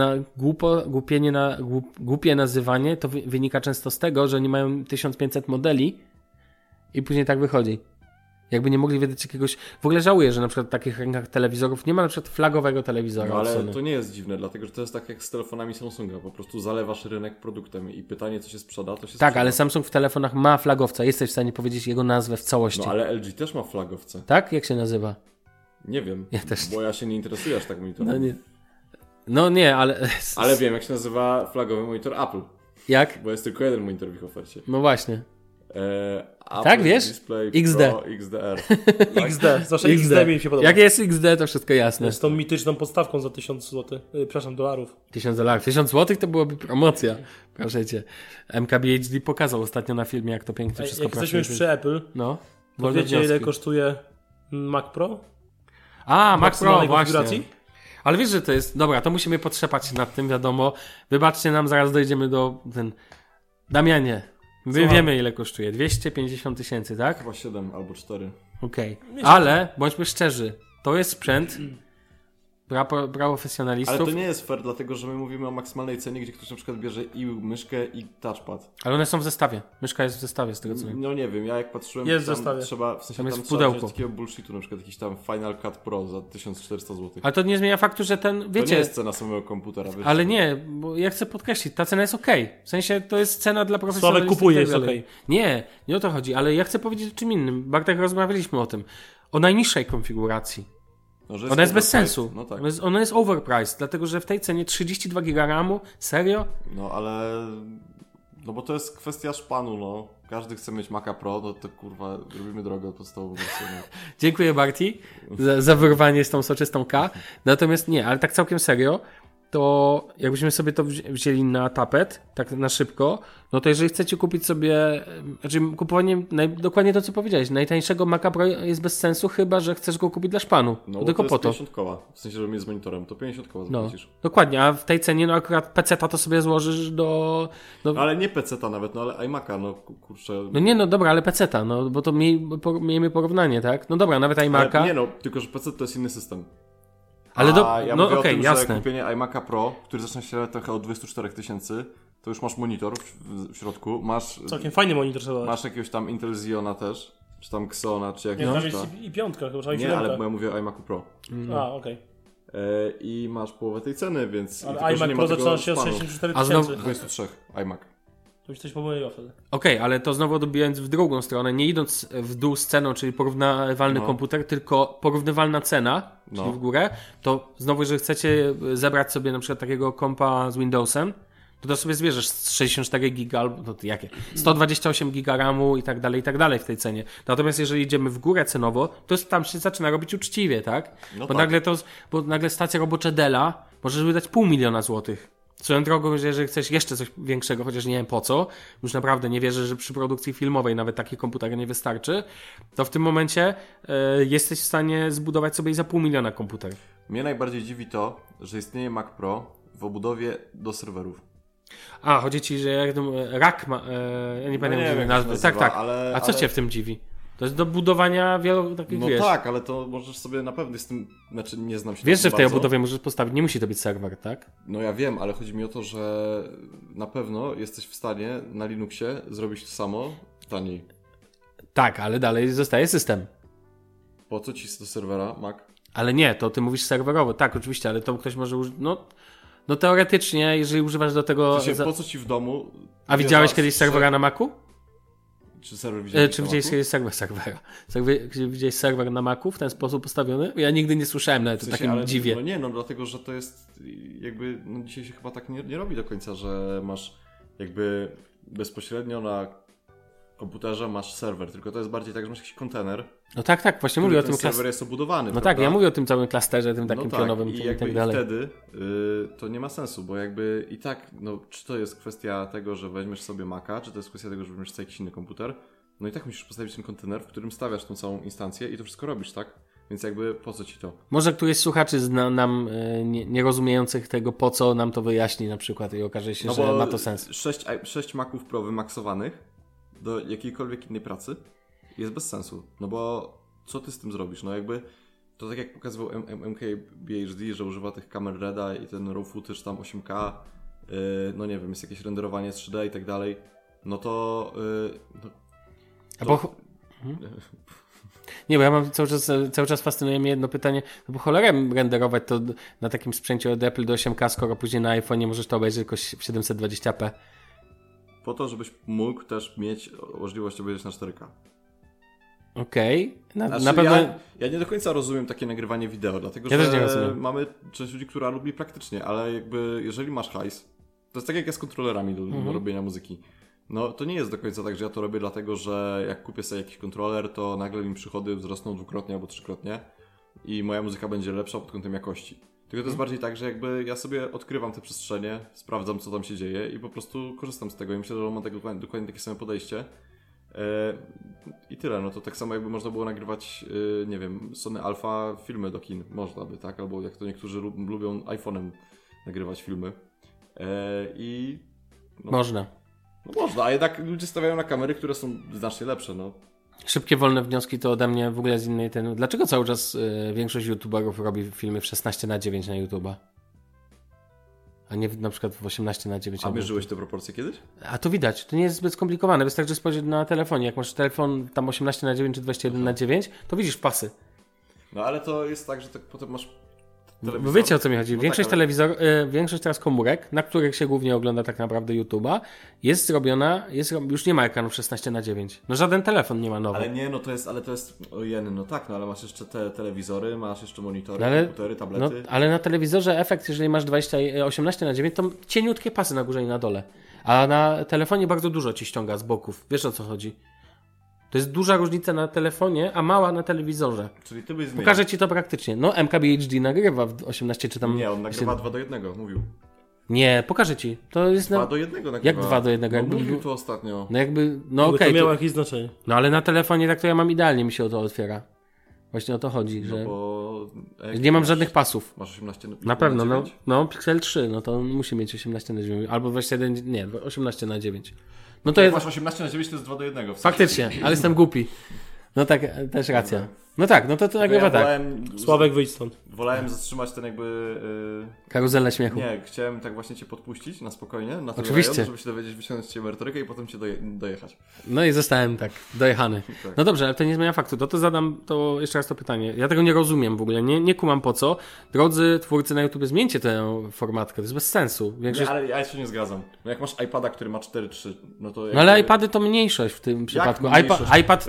głupie nazywanie to wynika często z tego, że oni mają 1500 modeli i później tak wychodzi. Jakby nie mogli wydać jakiegoś... W ogóle żałuję, że na przykład w takich rynkach telewizorów nie ma na przykład flagowego telewizora. No ale to nie jest dziwne, dlatego że to jest tak jak z telefonami Samsunga. Po prostu zalewasz rynek produktem i pytanie, co się sprzeda, to się sprzeda. Tak, ale Samsung w telefonach ma flagowca. Jesteś w stanie powiedzieć jego nazwę w całości. No ale LG też ma flagowce. Tak? Jak się nazywa? Nie wiem, ja też bo ja się nie interesuję aż tak monitorem. No nie, ale... Ale wiem, jak się nazywa flagowy monitor Apple. Jak? Bo jest tylko jeden monitor w ich ofercie. No właśnie. Tak, wiesz? Display XD. Pro XDR. XD. Zawsze XD mi się podoba. Jak jest XD, to wszystko jasne. Z tą mityczną podstawką za 1000 zł. Przepraszam, dolarów. 1000 dolarów. 1000 zł to byłaby promocja. Proszę cię. MKBHD pokazał ostatnio na filmie, jak to pięknie wszystko jak jesteśmy już przy Apple, no. To wiecie, ile kosztuje Mac Pro? Mac Pro, właśnie. Ale wiesz, że to jest... Dobra, to musimy potrzepać nad tym, wiadomo. Wybaczcie nam, zaraz dojdziemy do... Damianie, my wiemy, ile kosztuje. 250 000, tak? Chyba 7 albo 4. Okej. Ale, bądźmy szczerzy, to jest sprzęt profesjonalistów. Ale to nie jest fair, dlatego że my mówimy o maksymalnej cenie, gdzie ktoś na przykład bierze i myszkę, i touchpad. Ale one są w zestawie. Myszka jest w zestawie, z tego co wiem. No nie wiem, ja jak patrzyłem, jest w zestawie. Trzeba, w sensie tam jest tam w pudełku. trzeba takiego bullshitu, na przykład jakiś tam Final Cut Pro za 1400 zł. Ale to nie zmienia faktu, że ten, wiecie... To nie jest cena samego komputera. Wiesz, ale nie, bo ja chcę podkreślić, ta cena jest okej. W sensie to jest cena dla profesjonalistów. Sławek kupuje, jest okej. Nie o to chodzi, ale ja chcę powiedzieć o czym innym. Bartek, rozmawialiśmy o tym. O najniższej konfiguracji. No, ona jest bez sensu. No tak. Ona jest overpriced, dlatego że w tej cenie 32 GB RAMu, serio? No ale... No bo to jest kwestia szpanu, no. Każdy chce mieć Maca Pro, no to kurwa, robimy drogę podstawową wersję. Dziękuję Barti za wyrwanie z tą soczystą K. Natomiast nie, ale tak całkiem serio, to jakbyśmy sobie to wzięli na tapet, tak na szybko, no to jeżeli chcecie kupić sobie, znaczy kupowanie, dokładnie to co powiedziałeś, najtańszego Maca Pro jest bez sensu, chyba że chcesz go kupić dla szpanu. No tylko to po to. 50 koła, w sensie, że jest z monitorem, to 50 koła zapłacisz. No, dokładnie, a w tej cenie no akurat PC-ta to sobie złożysz do... Ale nie PC-ta nawet, no ale iMac'a, no kurczę. No nie, no dobra, ale PC-ta, no bo to miejmy porównanie, tak? No dobra, nawet iMac'a. Nie no, tylko że PC to jest inny system. Ale ja no mówię okej, o tym, jasne. że kupienie iMac'a Pro, który zaczyna się trochę od 24 000, to już masz monitor w środku, masz... Całkiem fajny monitor trzeba. Masz jakiegoś tam Intel Xeona też, czy tam Xeona, czy jak nie, tam jest i piątka, chyba nie, ale ja mówię o iMac'u Pro. Okej. I masz połowę tej ceny, więc... Ale iMac Pro zaczyna się od 64 000. 23 iMac. To już coś pomyliło wtedy. Okej, ale to znowu odbijając w drugą stronę, nie idąc w dół z ceną, czyli porównywalny komputer, tylko porównywalna cena, czyli w górę, to znowu, jeżeli chcecie zebrać sobie na przykład takiego kompa z Windowsem, to sobie zbierzesz 64 giga, albo no to jakie? 128 giga RAMu i tak dalej w tej cenie. Natomiast jeżeli idziemy w górę cenowo, to tam się zaczyna robić uczciwie, tak? No bo, tak. nagle stacja robocza Della możesz wydać 500 000 złotych. Swoją drogą, jeżeli chcesz jeszcze coś większego, chociaż nie wiem po co, już naprawdę nie wierzę, że przy produkcji filmowej nawet taki komputer nie wystarczy, to w tym momencie jesteś w stanie zbudować sobie za 500 000 komputer. Mnie najbardziej dziwi to, że istnieje Mac Pro w obudowie do serwerów. Chodzi ci, że jak rack ma... ja nie pamiętam nazwy. Tak. A co cię w tym dziwi? To jest do budowania wielu takich, No tak, ale to możesz sobie na pewno z tym... Znaczy nie znam się. Wiesz, że w tej obudowie możesz postawić, nie musi to być serwer, tak? No ja wiem, ale chodzi mi o to, że na pewno jesteś w stanie na Linuxie zrobić to samo taniej. Tak, ale dalej zostaje system. Po co ci do serwera Mac? Ale nie, to ty mówisz serwerowo. Tak, oczywiście, ale to ktoś może użyć... No teoretycznie, jeżeli używasz do tego... Po co ci w domu... A widziałeś kiedyś serwera na Macu? Czy serwer widziałeś? Czy widziałeś kiedyś serwera? Widziałeś serwer na Macu w ten sposób postawiony? Ja nigdy nie słyszałem nawet o takim dziwie. Dlatego, że to jest jakby... dzisiaj się chyba tak nie robi do końca, że masz jakby bezpośrednio na komputerze masz serwer, tylko to jest bardziej tak, że masz jakiś kontener. No tak, właśnie mówię o tym serwer jest obudowany, No prawda? tak, ja mówię o tym całym klasterze, tym takim pionowym i tak dalej. I wtedy to nie ma sensu, bo jakby i tak, czy to jest kwestia tego, że weźmiesz sobie Maca, czy to jest kwestia tego, że weźmiesz sobie jakiś inny komputer, no i tak musisz postawić ten kontener, w którym stawiasz tą całą instancję i to wszystko robisz, tak? Więc jakby po co ci to? Może któryś z słuchaczy nam nie rozumiejących tego, po co nam to wyjaśni na przykład i okaże się, że ma to sens. 6 Maców Pro wymaksowanych do jakiejkolwiek innej pracy jest bez sensu, no bo co ty z tym zrobisz? No jakby to tak jak pokazywał MKBHD, że używa tych kamer Reda i ten raw footage tam 8K, no nie wiem, jest jakieś renderowanie 3D i tak dalej, no to... Nie, bo ja mam cały czas fascynuje mnie jedno pytanie, no bo cholerem renderować to na takim sprzęcie od Apple do 8K, skoro później na iPhone nie możesz to obejrzeć tylko w 720p. Po to, żebyś mógł też mieć możliwość obejrzeć na 4K. Okej. Na pewno... Ja nie do końca rozumiem takie nagrywanie wideo, dlatego że mamy część ludzi, która lubi praktycznie, ale jakby jeżeli masz hajs, to jest tak jak ja z kontrolerami do robienia muzyki. No to nie jest do końca tak, że ja to robię dlatego, że jak kupię sobie jakiś kontroler, to nagle mi przychody wzrosną 2-krotnie albo 3-krotnie i moja muzyka będzie lepsza pod kątem jakości. Tylko to jest bardziej tak, że jakby ja sobie odkrywam te przestrzenie, sprawdzam co tam się dzieje i po prostu korzystam z tego i myślę, że on ma dokładnie takie same podejście. I tyle, no to tak samo jakby można było nagrywać, nie wiem, Sony Alpha filmy do kin, można by, tak? Albo jak to niektórzy lubią iPhone'em nagrywać filmy. Można. No można, a jednak ludzie stawiają na kamery, które są znacznie lepsze, no. Szybkie, wolne wnioski to ode mnie w ogóle z innej Dlaczego cały czas większość youtuberów robi filmy w 16:9 na YouTube'a? A nie na przykład w 18:9. A mierzyłeś te proporcje kiedyś? A to widać, to nie jest zbyt skomplikowane. Wystarczy spojrzeć na telefonie. Jak masz telefon tam 18:9 czy 21:9, to widzisz pasy. No ale to jest tak, że tak potem masz telewizor. Bo wiecie o co mi chodzi. No większość większość teraz komórek, na których się głównie ogląda tak naprawdę YouTube'a, jest zrobiona, już nie ma ekranów 16:9. No żaden telefon nie ma nowy. Ale to jest ojeny, no tak, no ale masz jeszcze te telewizory, masz jeszcze monitory, komputery, tablety. No, ale na telewizorze efekt, jeżeli masz 18:9, to cieniutkie pasy na górze i na dole. A na telefonie bardzo dużo ci ściąga z boków. Wiesz o co chodzi? To jest duża różnica na telefonie, a mała na telewizorze. Czyli ty byś zmieniał. Pokażę ci to praktycznie. No, MKBHD nagrywa w 18 czy tam... Nie, on nagrywa 2:1, mówił. Nie, pokażę ci. To jest 2:1 nagrywa. Jak 2:1? No mówił to ostatnio. No jakby... No okej. To miało jakieś znaczenie. No ale na telefonie tak to ja mam idealnie, mi się to otwiera. Właśnie o to chodzi, że... Bo nie mam żadnych pasów. Masz 18 na pewno, no Pixel 3, no to musi mieć 18:9. Albo 21, nie, 18:9. No to jak masz 18:9, to jest 2:1. Faktycznie, ale jestem głupi. No tak, też racja. No tak, no to nagrywa tak. Sławek, wyjdź stąd. Wolałem zatrzymać ten jakby... Karuzelę śmiechu. Nie, chciałem tak właśnie cię podpuścić na spokojnie, na ten oczywiście rejon, żeby się dowiedzieć, wyciągnąć cię merytorykę i potem cię dojechać. No i zostałem tak, dojechany. Tak. No dobrze, ale to nie zmienia faktu. To zadam jeszcze raz to pytanie. Ja tego nie rozumiem w ogóle, nie kumam po co. Drodzy twórcy na YouTube, zmieńcie tę formatkę, to jest bez sensu. Nie, ale ja się nie zgadzam. No jak masz iPada, który ma 4.3, no to... No ale iPady to mniejszość w tym przypadku. iPad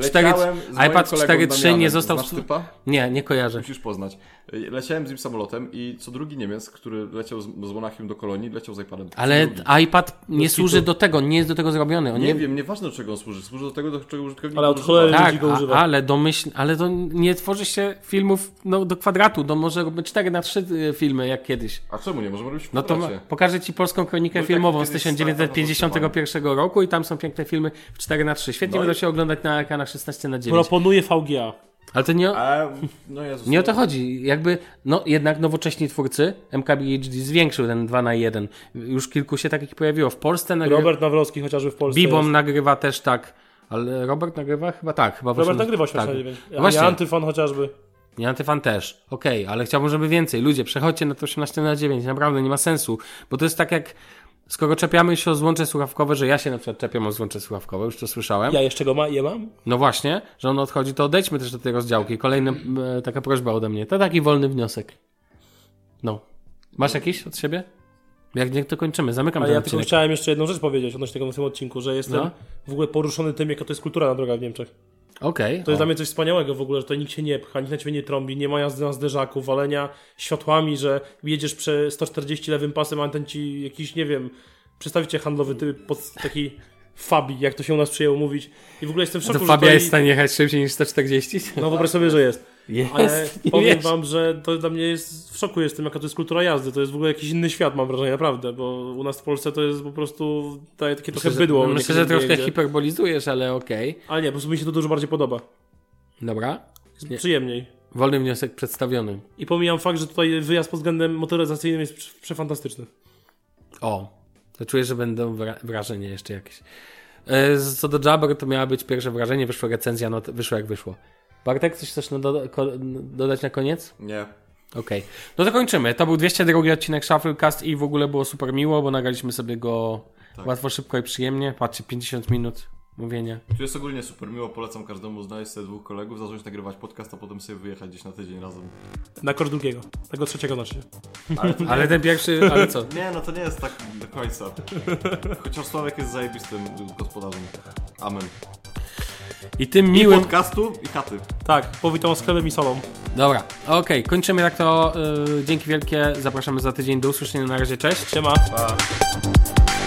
4.3 nie został... Nie kojarzę. Musisz poznać. Leciałem z nim samolotem i co drugi Niemiec, który leciał z Monachium do Kolonii, leciał z iPadem. Ale iPad nie służy do tego, nie jest do tego zrobiony. Nie wiem, nieważne do czego on służy. Służy do tego, do czego użytkownik ale od cholery ludzi go używa. Ale to nie tworzy się filmów do kwadratu, może robić 4:3 filmy jak kiedyś. A czemu nie? Możemy robić w kwadracie. No to pokażę ci polską kronikę filmową z 1951 roku i tam są piękne filmy w 4:3. Świetnie będą się oglądać na ekranach 16:9. Proponuję VGA. Ale to nie... Jezus, nie o to chodzi. Jakby, jednak nowocześni twórcy, MKBHD zwiększył ten 2:1. Już kilku się takich pojawiło. W Polsce Robert Nawrocki chociażby w Polsce Bibom nagrywa też tak. Ale Robert nagrywa? Chyba tak. Robert nagrywa 18:9. Właśnie. Antyfan chociażby. Nie, Antyfan też. Okej, ale chciałbym, żeby więcej. Ludzie, przechodźcie na to 18:9. Naprawdę nie ma sensu. Bo to jest tak jak... skoro czepiamy się o złącze słuchawkowe, że ja się na przykład czepiam o złącze słuchawkowe, już to słyszałem. Ja jeszcze je mam? No właśnie, że on odchodzi, to odejdźmy też do tej rozdziałki. Kolejna taka prośba ode mnie. To taki wolny wniosek. No. Masz jakiś od siebie? Jak nie, to kończymy. Zamykam ten odcinek. Ja tylko chciałem jeszcze jedną rzecz powiedzieć odnośnie tego w tym odcinku, że jestem w ogóle poruszony tym, jaka to jest kultura na drogach w Niemczech. Okej. To jest dla mnie coś wspaniałego w ogóle, że tutaj nikt się nie pcha, nikt na ciebie nie trąbi, nie ma jazdy na zderzaku, walenia światłami, że jedziesz przy 140 lewym pasem, a ten ci jakiś, nie wiem, przedstawiciel handlowy taki Fabi, jak to się u nas przyjęło mówić. I w ogóle jestem w szoku, to Fabia jest w stanie jechać szybciej niż 140? No wyobraź sobie, że jest. Ale powiem wiesz. wam, że to dla mnie jest, w szoku jestem, jaka to jest kultura jazdy. To jest w ogóle jakiś inny świat, mam wrażenie, naprawdę, bo u nas w Polsce to jest po prostu takie trochę bydło. Myślę, że troszkę hiperbolizujesz, ale okej. Ale nie, po prostu mi się to dużo bardziej podoba. Dobra. Jest przyjemniej. Wolny wniosek przedstawiony. I pomijam fakt, że tutaj wyjazd pod względem motoryzacyjnym jest przefantastyczny. O, to czuję, że będą wrażenia jeszcze jakieś. Co do Jabber, to miała być pierwsze wrażenie, wyszła recenzja, no wyszło jak wyszło. Bartek, coś chcesz dodać na koniec? Nie. Okej. No to kończymy. To był 202 odcinek Shufflecast i w ogóle było super miło, bo nagraliśmy sobie go łatwo, szybko i przyjemnie. Patrzcie, 50 minut mówienia. Tu jest ogólnie super miło, polecam każdemu znaleźć sobie 2 kolegów, zacząć nagrywać podcast, a potem sobie wyjechać gdzieś na tydzień razem. Na kor drugiego. Tego trzeciego znaczy. Ale ten pierwszy, ale co? Nie, no to nie jest tak do końca. Chociaż Sławek jest zajebistym gospodarzem. Amen. I tym miłym... I podcastu, i chaty. Tak, powitam z chlebem i solą. Dobra, okej, kończymy tak to. Dzięki wielkie, zapraszamy za tydzień, do usłyszenia, na razie, cześć. Siema. Pa.